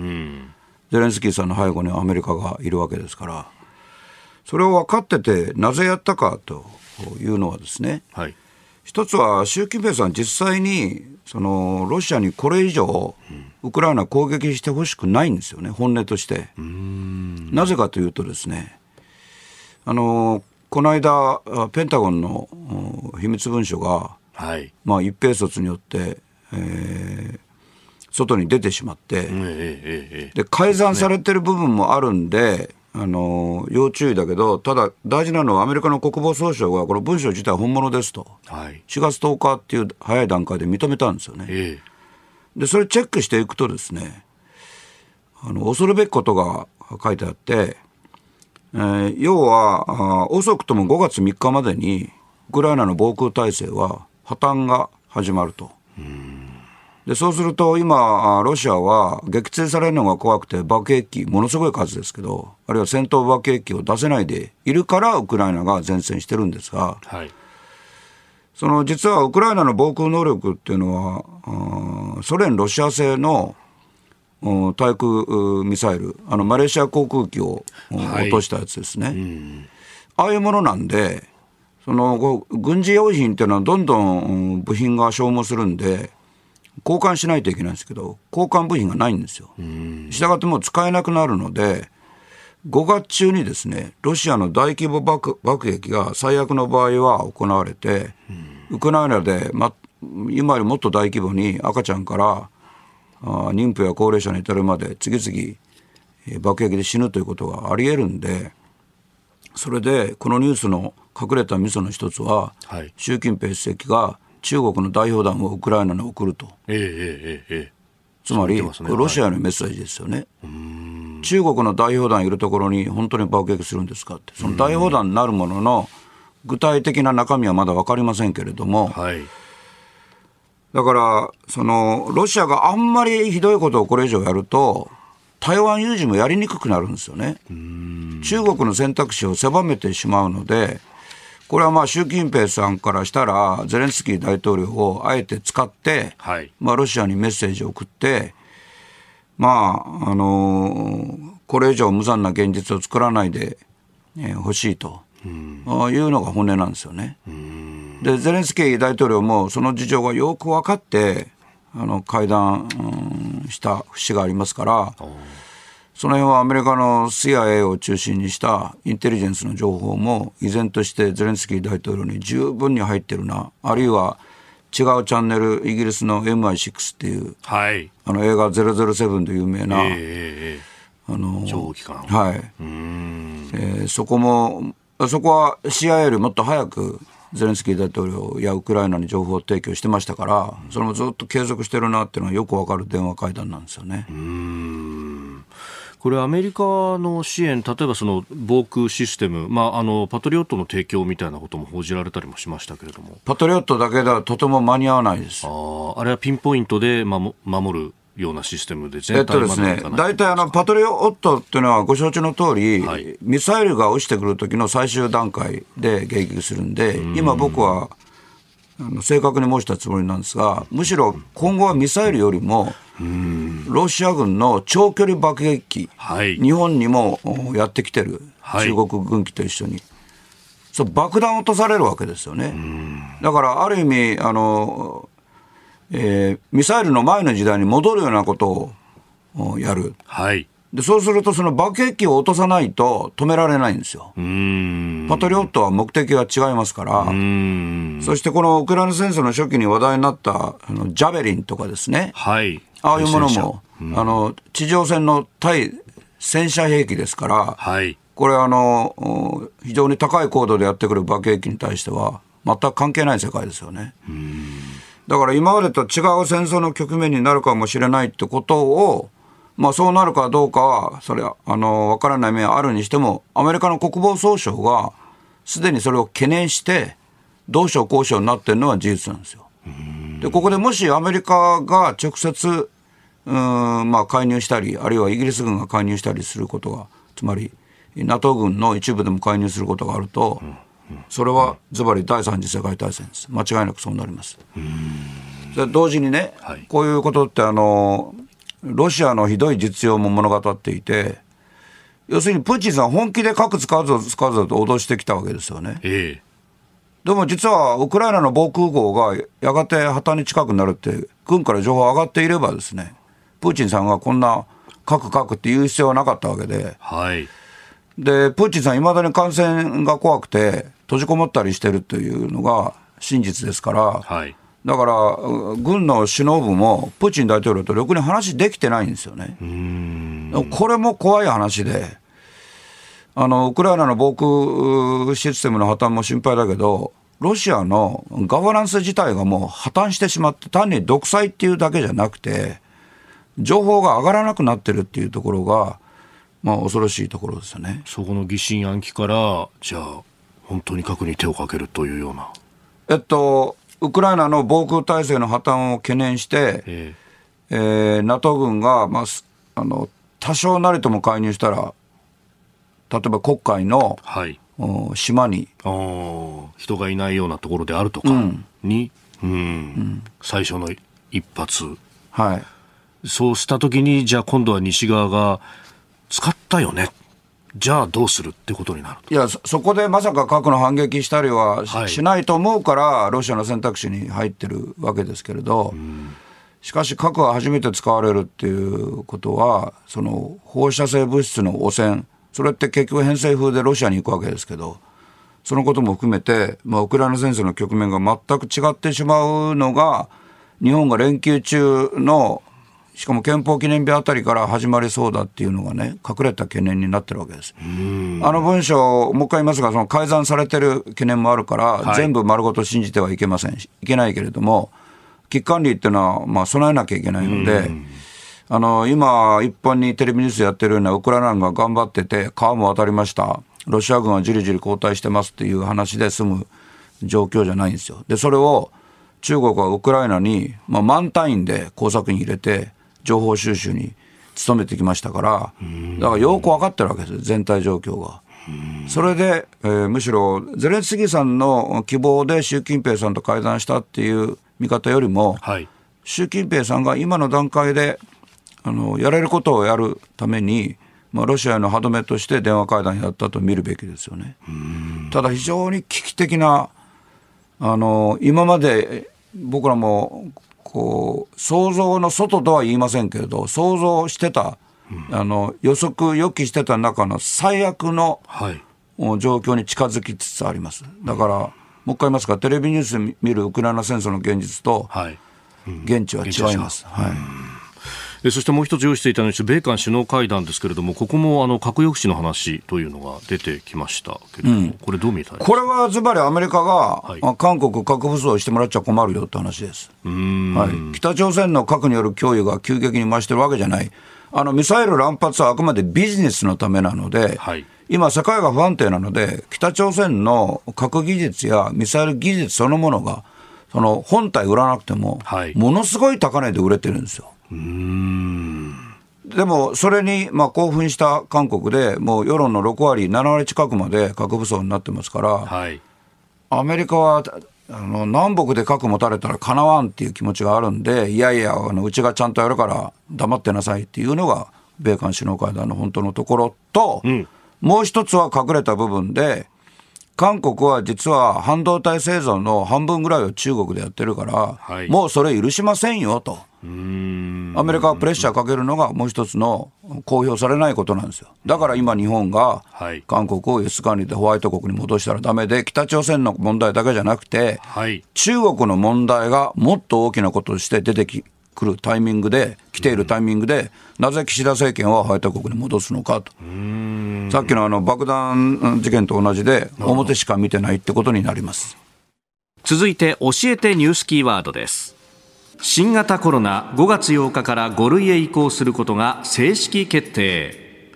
ゼレンスキーさんの背後にアメリカがいるわけですから、それを分かっててなぜやったかというのはですね、はい、一つは習近平さん実際にそのロシアにこれ以上ウクライナ攻撃してほしくないんですよね、本音として。うーん、なぜかというとですね、あのこの間ペンタゴンの秘密文書が、はい、まあ、一兵卒によって、えー、外に出てしまって、うんえー、で改ざんされてる部分もあるんで、あの要注意だけど、ただ大事なのはアメリカの国防総省がこの文書自体は本物ですと、はい、しがつとおかっていう早い段階で認めたんですよね、えー、でそれチェックしていくとですね、あの恐るべきことが書いてあって、えー、要は遅くともごがつみっかまでにウクライナの防空体制は破綻が始まると。うーんでそうすると今ロシアは撃墜されるのが怖くて爆撃機ものすごい数ですけど、あるいは戦闘爆撃機を出せないでいるからウクライナが前線してるんですが、はい、その実はウクライナの防空能力っていうのはソ連ロシア製の対空ミサイル、あのマレーシア航空機を落としたやつですね、はい、うんああいうものなんで、その軍事用品っていうのはどんどん部品が消耗するんで交換しないといけないんですけど、交換部品がないんですよ。したがってもう使えなくなるので、ごがつ中にですね、ロシアの大規模 爆, 爆撃が最悪の場合は行われて、ウクライナで、ま、今よりもっと大規模に赤ちゃんからあ妊婦や高齢者に至るまで次々、えー、爆撃で死ぬということがあり得るんで、それでこのニュースの隠れたミソの一つは、はい、習近平主席が中国の代表団をウクライナに送ると、えーえーえー、つまり、ね、これロシアへのメッセージですよね、はい、うーん中国の代表団いるところに本当に爆撃するんですかって、その代表団になるものの具体的な中身はまだ分かりませんけれども、はい、だからそのロシアがあんまりひどいことをこれ以上やると台湾有事もやりにくくなるんですよね。うーん中国の選択肢を狭めてしまうので、これはまあ習近平さんからしたらゼレンスキー大統領をあえて使って、はいまあ、ロシアにメッセージを送って、まああのー、これ以上無残な現実を作らないでほしいというのが本音なんですよね。うんでゼレンスキー大統領もその事情がよく分かってあの会談、うん、した節がありますから、その辺はアメリカの シーアイエー を中心にしたインテリジェンスの情報も依然としてゼレンスキー大統領に十分に入ってるな、あるいは違うチャンネル、イギリスの エムアイシックス っていう、はい、あの映画ゼロゼロセブンで有名な、えー、あの情報機関、はい、うーん、えー、そこもそこは シーアイエー よりもっと早くゼレンスキー大統領やウクライナに情報提供してましたから、それもずっと継続してるなっていうのはよくわかる電話会談なんですよね。うーんこれアメリカの支援、例えばその防空システム、まあ、あのパトリオットの提供みたいなことも報じられたりもしましたけれども、 パトリオットだけではとても間に合わないです。 ああれはピンポイントで守るようなシステムで全体までいかない、 えっとですね、大体あのパトリオットっていうのはご承知の通り、はい、ミサイルが落ちてくる時の最終段階で迎撃するんで、ん今僕はあの正確に申したつもりなんですが、むしろ今後はミサイルよりもロシア軍の長距離爆撃機、はい、日本にもやってきてる、はい、中国軍機と一緒にそう爆弾落とされるわけですよね。だからある意味あの、えー、ミサイルの前の時代に戻るようなことをやる、はい、でそうするとその爆撃機を落とさないと止められないんですよ。うーんパトリオットは目的が違いますから。うーんそしてこのウクライナ戦争の初期に話題になったあのジャベリンとかですね、はい、ああいうものも、うん、あの地上戦の対戦車兵器ですから、はい、これあの非常に高い高度でやってくる爆撃機に対しては全く関係ない世界ですよね。うーんだから今までと違う戦争の局面になるかもしれないってことを、まあ、そうなるかどうかはそれはあの分からない面はあるにしても、アメリカの国防総省がすでにそれを懸念して同省交渉になっているのは事実なんですよ。でここでもしアメリカが直接うーん、まあ、介入したり、あるいはイギリス軍が介入したりすることが、つまり NATO 軍の一部でも介入することがあると、それはズバリ第三次世界大戦です。間違いなくそうなります。うーんで同時にね、はい、こういうことってあのロシアのひどい実情も物語っていて、要するにプーチンさん本気で核使うぞ使うぞと脅してきたわけですよね、ええ、でも実はウクライナの防空壕がやがて破綻に近くなるって軍から情報上がっていればですね、プーチンさんがこんな核核って言う必要はなかったわけで、はい、でプーチンさんいまだに感染が怖くて閉じこもったりしてるというのが真実ですから、はい、だから軍の首脳部もプーチン大統領とろくに話できてないんですよね。うーん、これも怖い話で、あのウクライナの防空システムの破綻も心配だけど、ロシアのガバナンス自体がもう破綻してしまって、単に独裁っていうだけじゃなくて情報が上がらなくなってるっていうところが、まあ、恐ろしいところですよね。 そこの疑心暗鬼からじゃあ本当に核に手をかけるというような、 えっとウクライナの防空体制の破綻を懸念して、えーえー、NATO 軍が、まあ、あの多少なりとも介入したら、例えば黒海の、はい、島にあ人がいないようなところであるとかに、うんうんうん、最初の一発、はい、そうしたときにじゃあ今度は西側が使ったよね、じゃあどうするってことになると。 いや そ, そこでまさか核の反撃したりは し,、はい、しないと思うからロシアの選択肢に入ってるわけですけれど、うん、しかし核が初めて使われるっていうことは、その放射性物質の汚染、それって結局偏西風でロシアに行くわけですけど、そのことも含めて、まあ、ウクライナ戦争の局面が全く違ってしまうのが、日本が連休中のしかも憲法記念日あたりから始まりそうだっていうのがね、隠れた懸念になってるわけです。あの文章もう一回言いますが、その改ざんされてる懸念もあるから、はい、全部丸ごと信じてはいけませんし、いけないけれども、危機管理っていうのはまあ備えなきゃいけないので、あの今一般にテレビニュースでやってるようなウクライナ軍が頑張ってて川も渡りました、ロシア軍はじりじり後退してますっていう話で済む状況じゃないんですよ。でそれを中国はウクライナに、まあ、万単位で工作に入れて情報収集に努めてきましたから、だからよく分かってるわけですよ、全体状況が。それで、えー、むしろゼレンスキーさんの希望で習近平さんと会談したっていう見方よりも、はい、習近平さんが今の段階であのやれることをやるために、まあ、ロシアへの歯止めとして電話会談やったと見るべきですよね。ただ非常に危機的な、あの今まで僕らもこう想像の外とは言いませんけれど、想像してた、うん、あの予測予期してた中の最悪の、はい、状況に近づきつつあります。だから、うん、もう一回言いますが、テレビニュースで見るウクライナ戦争の現実と、はいうん、現地は違います。はい、 そしてもう一つ用意していたのは米韓首脳会談ですけれども、ここもあの核抑止の話というのが出てきましたけれども、うん、これどう見たらいいですか。 これはズバリアメリカが、はい、韓国核武装してもらっちゃ困るよって話です。うーん、はい、北朝鮮の核による脅威が急激に増してるわけじゃない。あのミサイル乱発はあくまでビジネスのためなので、はい、今世界が不安定なので、北朝鮮の核技術やミサイル技術そのものがその本体売らなくても、はい、ものすごい高値で売れてるんですよ。うーん、でもそれにまあ興奮した韓国でもう世論のろくわりななわり近くまで核武装になってますから、はい、アメリカはあの南北で核持たれたらかなわんっていう気持ちがあるんで、いやいやあのうちがちゃんとやるから黙ってなさいっていうのが米韓首脳会談の本当のところと、うん、もう一つは隠れた部分で、韓国は実は半導体製造の半分ぐらいを中国でやってるから、はい、もうそれ許しませんよと。うーん、アメリカはプレッシャーかけるのがもう一つの公表されないことなんですよ。だから今日本が韓国を輸出管理でホワイト国に戻したらダメで、北朝鮮の問題だけじゃなくて、はい、中国の問題がもっと大きなこととして出てき来るタイミングで来ているタイミングで、なぜ岸田政権はホワイト国に戻すのかと。うーん、さっきのあの爆弾事件と同じで表しか見てないってことになります。 続いて教えてニュースキーワードです。新型コロナごがつようかからご類へ移行することが正式決定。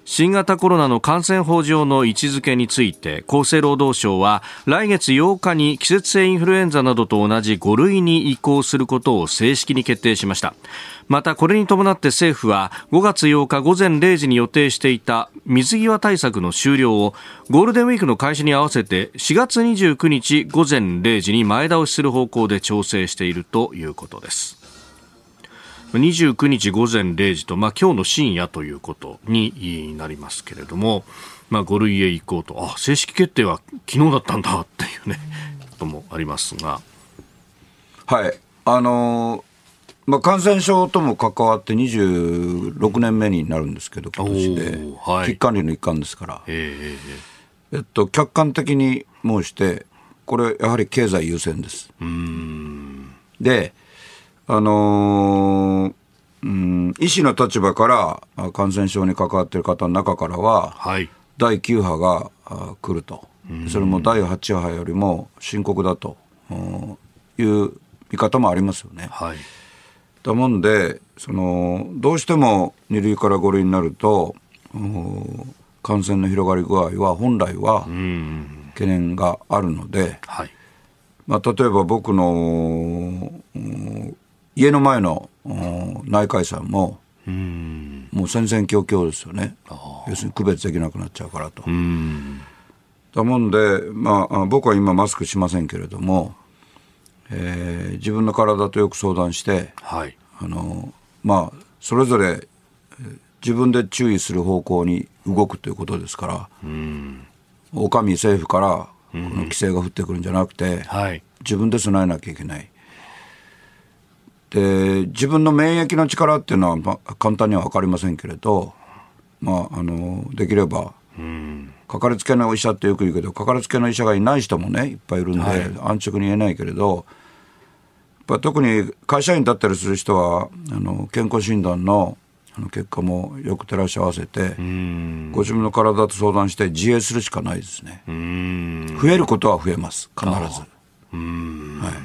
新型コロナの感染法上の位置づけについて厚生労働省は来月ようかに季節性インフルエンザなどと同じご類に移行することを正式に決定しました。またこれに伴って政府はごがつようか午前れいじに予定していた水際対策の終了をゴールデンウィークの開始に合わせてしがつにじゅうくにち午前れいじに前倒しする方向で調整しているということです。にじゅうくにち午前れいじと、まあ、今日の深夜ということになりますけれども、まあ、ご類へ移行と、あ、正式決定は昨日だったんだっていうねこともありますが、 はい、あのーまあ、感染症とも関わってにじゅうろくねんめになるんですけど、今年で、はい、危機管理の一環ですから、えーえっと、客観的に申してこれやはり経済優先です。うーんであのーうん、医師の立場から感染症に関わっている方の中からは、はい、だいきゅうはが来ると、それもだいはちはよりも深刻だという見方もありますよね。はい、だもんでそのどうしてもに類からご類になると感染の広がり具合は本来は懸念があるので、はい、まあ、例えば僕の家の前の内科医さんもうんもう戦々恐々ですよね。要するに区別できなくなっちゃうからと。うんだもんで、まあ、僕は今マスクしませんけれども、えー、自分の体とよく相談して、はい、あのまあ、それぞれ自分で注意する方向に動くということですから、うんお上政府からこの規制が降ってくるんじゃなくて、うんはい、自分で備えなきゃいけない。で自分の免疫の力っていうのは、まあ、簡単には分かりませんけれど、まあ、あのできれば、うん、かかりつけの医者ってよく言うけどかかりつけの医者がいない人もねいっぱいいるんで、はい、安直に言えないけれどやっぱ特に会社員だったりする人はあの健康診断 の, あの結果もよく照らし合わせてうんご自分の体と相談して自衛するしかないですね。うん増えることは増えます必ず。うん、はい、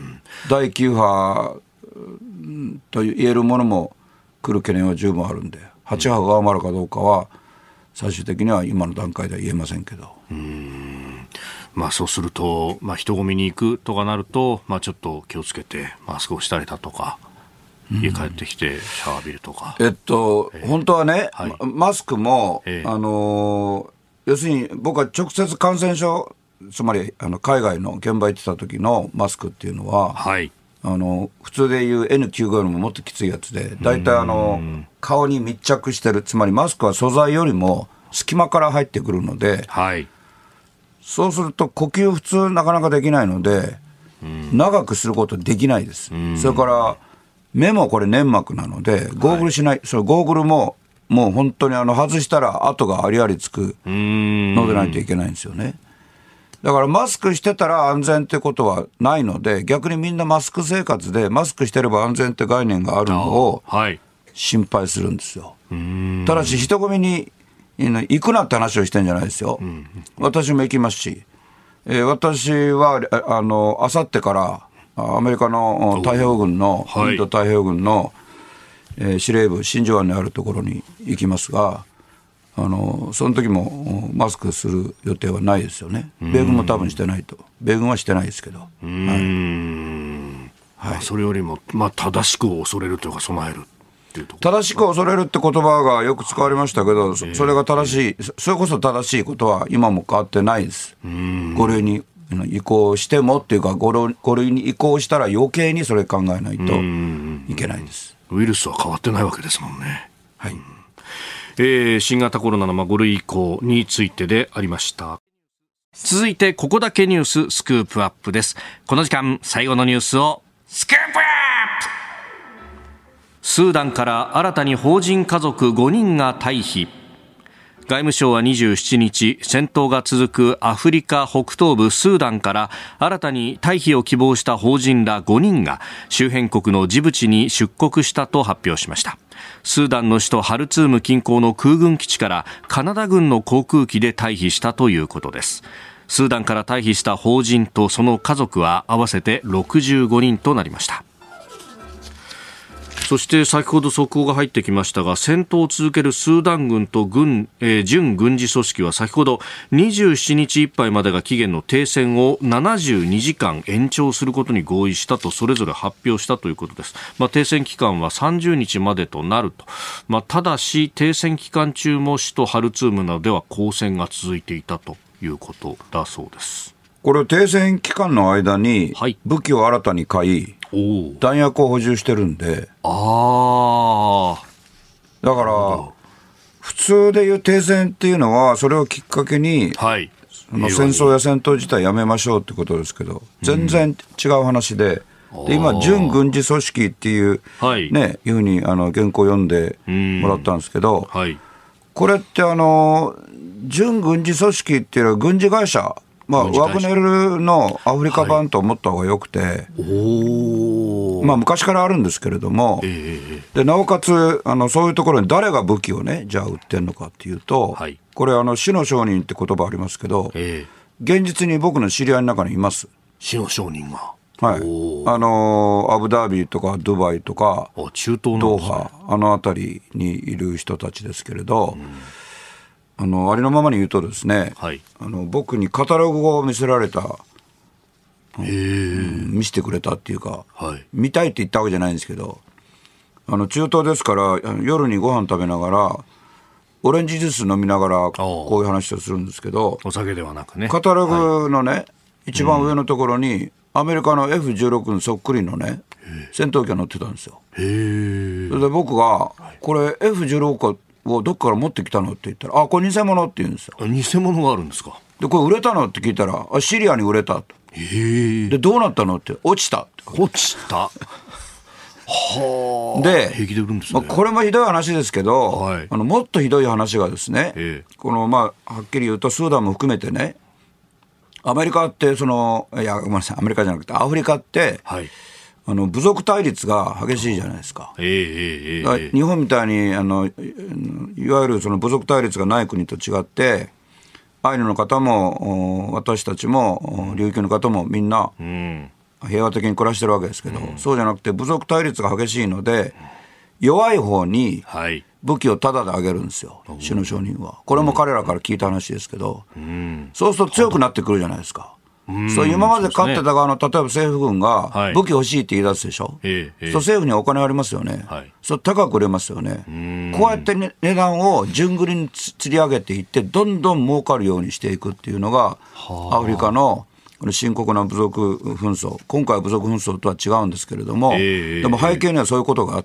だいきゅうはと言えるものも来る懸念は十分あるんではちはが上回るかどうかは最終的には今の段階では言えませんけど、うーん、 まあ、そうすると、まあ、人混みに行くとかなると、まあ、ちょっと気をつけてマスクをしたりだとか家帰ってきてシャワー浴びるとか、 えっと、えー、本当はね、はい、マスクも、えーあのー、要するに僕は直接感染症つまりあの海外の現場行ってた時のマスクっていうのは、はいあの普通でいう エヌきゅうじゅうご よりももっときついやつでだいたいあの顔に密着してるつまりマスクは素材よりも隙間から入ってくるので、はい、そうすると呼吸普通なかなかできないので長くすることできないです。それから目もこれ粘膜なのでゴーグルしない、はい、それゴーグルももう本当にあの外したら跡がありありつくのでないといけないんですよね。だからマスクしてたら安全ってことはないので逆にみんなマスク生活でマスクしてれば安全って概念があるのを心配するんですよ。ただし人混みに行くなって話をしてるんじゃないですよ。私も行きますし、えー、私はあのあさってからアメリカの太平洋軍のインド太平洋軍の、えー、司令部真珠湾にあるところに行きますがあのその時もマスクする予定はないですよね。米軍も多分してないと。米軍はしてないですけど、うーん、 はいまあ、それよりも、まあ、正しく恐れるというか備えるっていうところ、正しく恐れるって言葉がよく使われましたけど、そ, それが正しいそれこそ正しいことは今も変わってないです。ご類に移行してもっていうかご類に移行したら余計にそれ考えないといけないです。 ウイルスは変わってないわけですもんね。はい、えー、新型コロナのご類移行についてでありました。続いてここだけニューススクープアップです。この時間最後のニュースをスクープアップ。スーダンから新たに邦人家族ごにんが退避。外務省はにじゅうしちにち戦闘が続くアフリカ北東部スーダンから新たに退避を希望した邦人らごにんが周辺国のジブチに出国したと発表しました。スーダンの首都ハルツーム近郊の空軍基地からカナダ軍の航空機で退避したということです。スーダンから退避した邦人とその家族は合わせてろくじゅうごにんとなりました。 そして先ほど速報が入ってきましたが、戦闘を続けるスーダン軍と軍、えー、準軍事組織は先ほどにじゅうしちにちいっぱいまでが期限の停戦をななじゅうにじかん延長することに合意したとそれぞれ発表したということです。まあ、停戦期間はさんじゅうにちまでとなると、まあ、ただし停戦期間中も首都ハルツームなどでは交戦が続いていたということだそうです。 これ停戦期間の間に武器を新たに買い、はい、弾薬を補充してるんで、 あだから普通でいう停戦っていうのはそれをきっかけに、はい、その戦争や戦闘自体やめましょうってことですけど、全然違う話で、うん、で今準軍事組織っていう、はいね、いうふうにあの原稿を読んでもらったんですけど、はい、これってあの準軍事組織っていうのは軍事会社、まあ、ワグネルのアフリカ版と思った方がよくて、はい、おまあ、昔からあるんですけれども、えー、でなおかつあのそういうところに誰が武器をねじゃあ売ってるのかっていうと、はい、これあの死の商人って言葉ありますけど、えー、現実に僕の知り合いの中にいます。 死の商人が、 はい、あのアブダビとかドバイとか中東の、 ドーハあの辺りにいる人たちですけれど、うん、あのありのままに言うとですね、はい、あの僕にカタログを見せられた、うん、見せてくれたっていうか、はい、見たいって言ったわけじゃないんですけど、あの中東ですから夜にご飯食べながらオレンジジュース飲みながらこういう話をするんですけど、 お酒ではなくね、 カタログのね、はい、一番上のところに、うん、アメリカの エフじゅうろく のそっくりのね戦闘機が乗ってたんですよ。へー。それで僕がこれ エフじゅうろく をどっから持ってきたのって言ったら、あこれ偽物って言うんですよ。 偽物があるんですか。でこれ売れたのって聞いたら、あシリアに売れたと。へー。でどうなったのって落ちたって。 落ちたはで平気で売るんですね。 まあ、これもひどい話ですけど、はい、あのもっとひどい話がですね、このまあはっきり言うとスーダンも含めてね、アメリカってそのいやごめんなさいアメリカじゃなくてアフリカって、はい、あの部族対立が激しいじゃないですか。えーえーえー、日本みたいにあのいわゆるその部族対立がない国と違って、アイヌの方も私たちも琉球の方もみんな、うん平和的に暮らしてるわけですけど、うん、そうじゃなくて部族対立が激しいので弱い方に武器をタダであげるんですよ、はい、死の商人は。これも彼らから聞いた話ですけど、うん、そうすると強くなってくるじゃないですか。うん、そう今まで勝ってた側の、例えば政府軍が武器欲しいって言い出すでしょ、はい、そう政府にはお金ありますよね、はい、そう高く売れますよね。うんこうやって、ね、値段を順繰りに釣り上げていってどんどん儲かるようにしていくっていうのがアフリカの深刻な部族紛争、今回は部族紛争とは違うんですけれども、えー、でも背景にはそういうことがあって、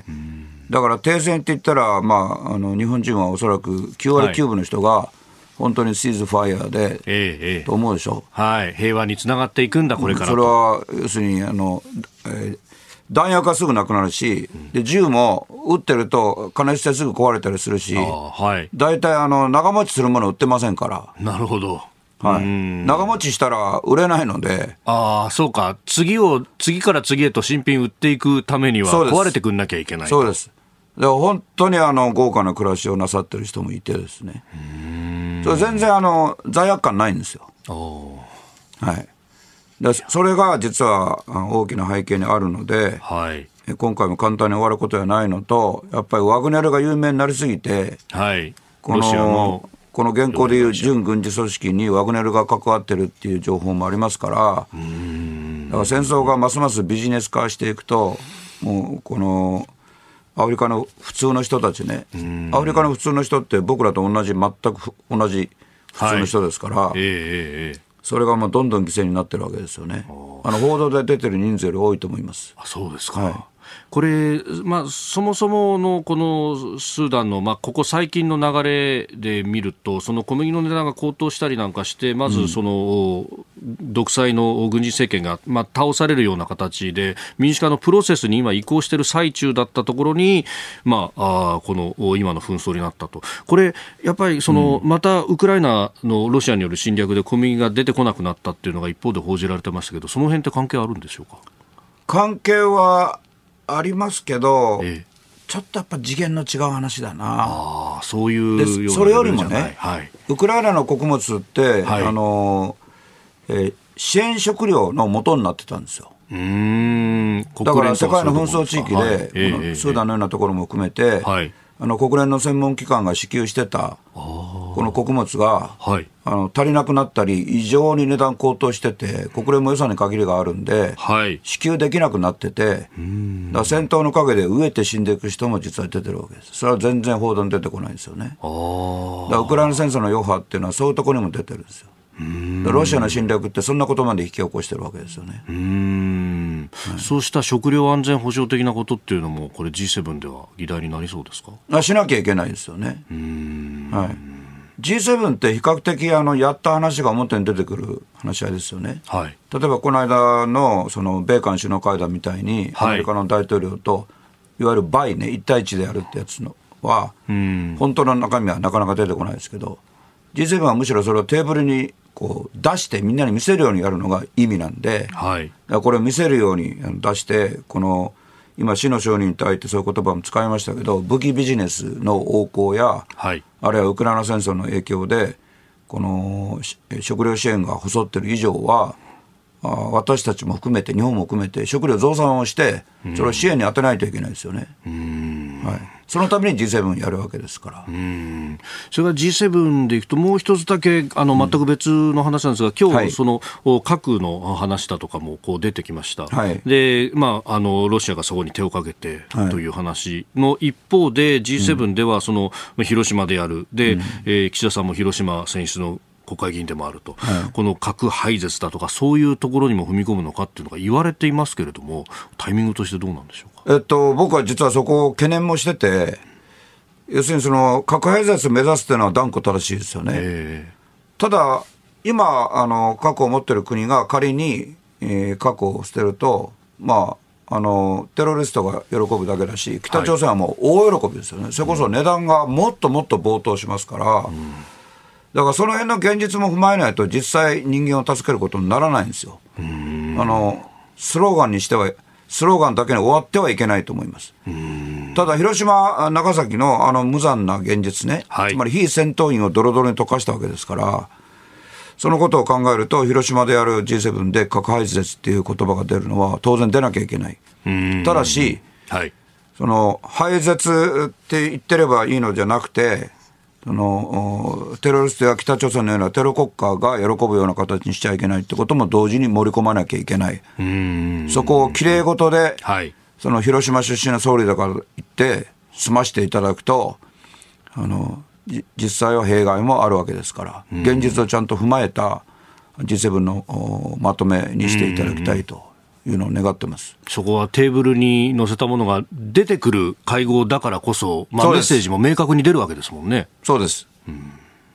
えー、だから停戦って言ったら、まあ、あの日本人はおそらくきゅうわりきゅうぶの人が本当にシーズファイヤーで、えー、と思うでしょ、 はい、平和につながっていくんだこれからと。 それは要するにあの、えー、弾薬はすぐなくなるし、で銃も撃ってると金してすぐ壊れたりするし、はい、だいたいあの長持ちするもの売ってませんから。 なるほど、 はい、長持ちしたら売れないので。 ああそうか、次を次から次へと新品売っていくためには壊れてくんなきゃいけない。 そうです。で本当にあの豪華な暮らしをなさってる人もいてですね、うーんそれ全然あの罪悪感ないんですよ。はい、でそれが実は大きな背景にあるので、はい、今回も簡単に終わることはないのと、やっぱりワグネルが有名になりすぎて、はい、このロシアのこの現行でいう準軍事組織にワグネルが関わってるっていう情報もありますから、うーんだから戦争がますますビジネス化していくと、もうこのアフリカの普通の人たちね、アフリカの普通の人って僕らと同じ全く同じ普通の人ですから、はいえー、それがもうどんどん犠牲になってるわけですよね。あの報道で出てる人数より多いと思います。 あそうですか、はい、これ、まあ、そもそものこのスーダンの、まあ、ここ最近の流れで見ると、その小麦の値段が高騰したりなんかして、まずその、うん、独裁の軍事政権が、まあ、倒されるような形で民主化のプロセスに今移行している最中だったところに、まあ、あこの今の紛争になったと。これやっぱりその、うん、またウクライナのロシアによる侵略で小麦が出てこなくなったっていうのが一方で報じられてましたけど、その辺って関係あるんでしょうか。 関係はありますけど、ええ、ちょっとやっぱ次元の違う話だな。 あそういうようなレベルじゃない。 それよりもね、はい、ウクライナの穀物って、はいあのえー、支援食料の元になってたんですよ。 うーんだから世界の紛争地域で、 はいえー、 スーダンのようなところも含めて、はい、あの国連の専門機関が支給してたこの穀物が、はい、あの足りなくなったり異常に値段高騰してて国連も予算に限りがあるんで、はい、支給できなくなってて、うん、だから戦闘の陰で飢えて死んでいく人も実は出てるわけです。それは全然報道に出てこないんですよね。あだからウクライナ戦争の余波っていうのはそういうところにも出てるんですよ。ロシアの侵略ってそんなことまで引き起こしてるわけですよね。 うーん、はい、そうした食料安全保障的なことっていうのもこれ ジーセブン では議題になりそうですか？ あしなきゃいけないですよね。うーん、はい、ジーセブン って比較的あのやった話が表に出てくる話し合いですよね。はい、例えばこの間 の, その米韓首脳会談みたいにアメリカの大統領といわゆるバイねいち対いちでやるってやつのは本当の中身はなかなか出てこないですけど ジーセブン はむしろそれをテーブルにこう出してみんなに見せるようにやるのが意味なんで、はい、これを見せるように出してこの今死の商人に対してそういう言葉も使いましたけど武器ビジネスの横行や、はい、あるいはウクライナ戦争の影響でこの食料支援が細っている以上は私たちも含めて日本も含めて食料増産をしてそれを支援に当てないといけないですよね。うん、はい、そのために ジーセブン やるわけですから。うん、 それから ジーセブン でいくともう一つだけあの全く別の話なんですが、今日その核の話だとかもこう出てきました。はい、で、まあ、あのロシアがそこに手をかけてという話の一方で ジーセブン ではその広島でやるで、うんえー、岸田さんも広島選出の国会議員でもあると、はい、この核廃絶だとかそういうところにも踏み込むのかっていうのが言われていますけれどもタイミングとしてどうなんでしょうか。 えっと、僕は実はそこを懸念もしてて要するにその核廃絶を目指すというのは断固正しいですよね。えー、ただ今あの核を持っている国が仮に、えー、核を捨てると、まあ、あのテロリストが喜ぶだけだし北朝鮮はもう大喜びですよね。はい、それこそ値段がもっともっと暴騰しますから、うんだからその辺の現実も踏まえないと実際人間を助けることにならないんですよ。うーんあのスローガンにしてはスローガンだけに終わってはいけないと思います。うーんただ広島長崎のあの無残な現実ね、はい、つまり非戦闘員をドロドロに溶かしたわけですからそのことを考えると広島でやる ジーセブン で核廃絶っていう言葉が出るのは当然出なきゃいけない。うーんただし、はい、その廃絶って言ってればいいのじゃなくてそのテロリストや北朝鮮のようなテロ国家が喜ぶような形にしちゃいけないってことも同時に盛り込まなきゃいけない。うーんそこをきれいごとで、はい、その広島出身の総理だから言って済ましていただくとあの実際は弊害もあるわけですから現実をちゃんと踏まえた ジーセブン のまとめにしていただきたいというのを願ってます。 そこはテーブルに載せたものが出てくる会合だからこそ、まあ、メッセージも明確に出るわけですもんね。 そうです、 うん、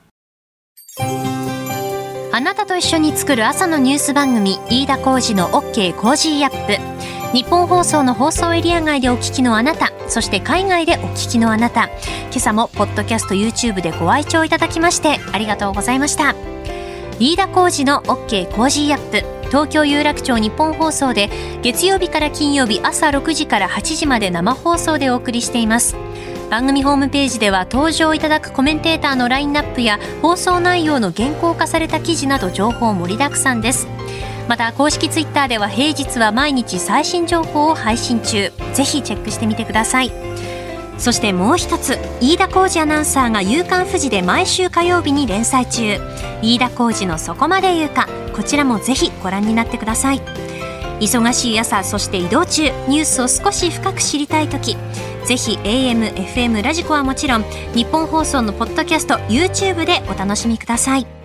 あなたと一緒に作る朝のニュース番組飯田浩司の OK コージーアップ。日本放送の放送エリア外でお聞きのあなたそして海外でお聞きのあなた今朝もポッドキャスト YouTube でご愛聴いただきましてありがとうございました。飯田浩司の OK コージーアップ東京有楽町日本放送で月曜日から金曜日朝ろくじからはちじまで生放送でお送りしています。番組ホームページでは登場いただくコメンテーターのラインナップや放送内容の原稿化された記事など情報盛りだくさんです。また公式ツイッターでは平日は毎日最新情報を配信中ぜひチェックしてみてください。そしてもう一つ飯田浩司アナウンサーが夕刊フジで毎週火曜日に連載中飯田浩司のそこまで言うかこちらもぜひご覧になってください。忙しい朝そして移動中ニュースを少し深く知りたいときぜひ エーエム、エフエム ラジコはもちろん日本放送のポッドキャスト YouTube でお楽しみください。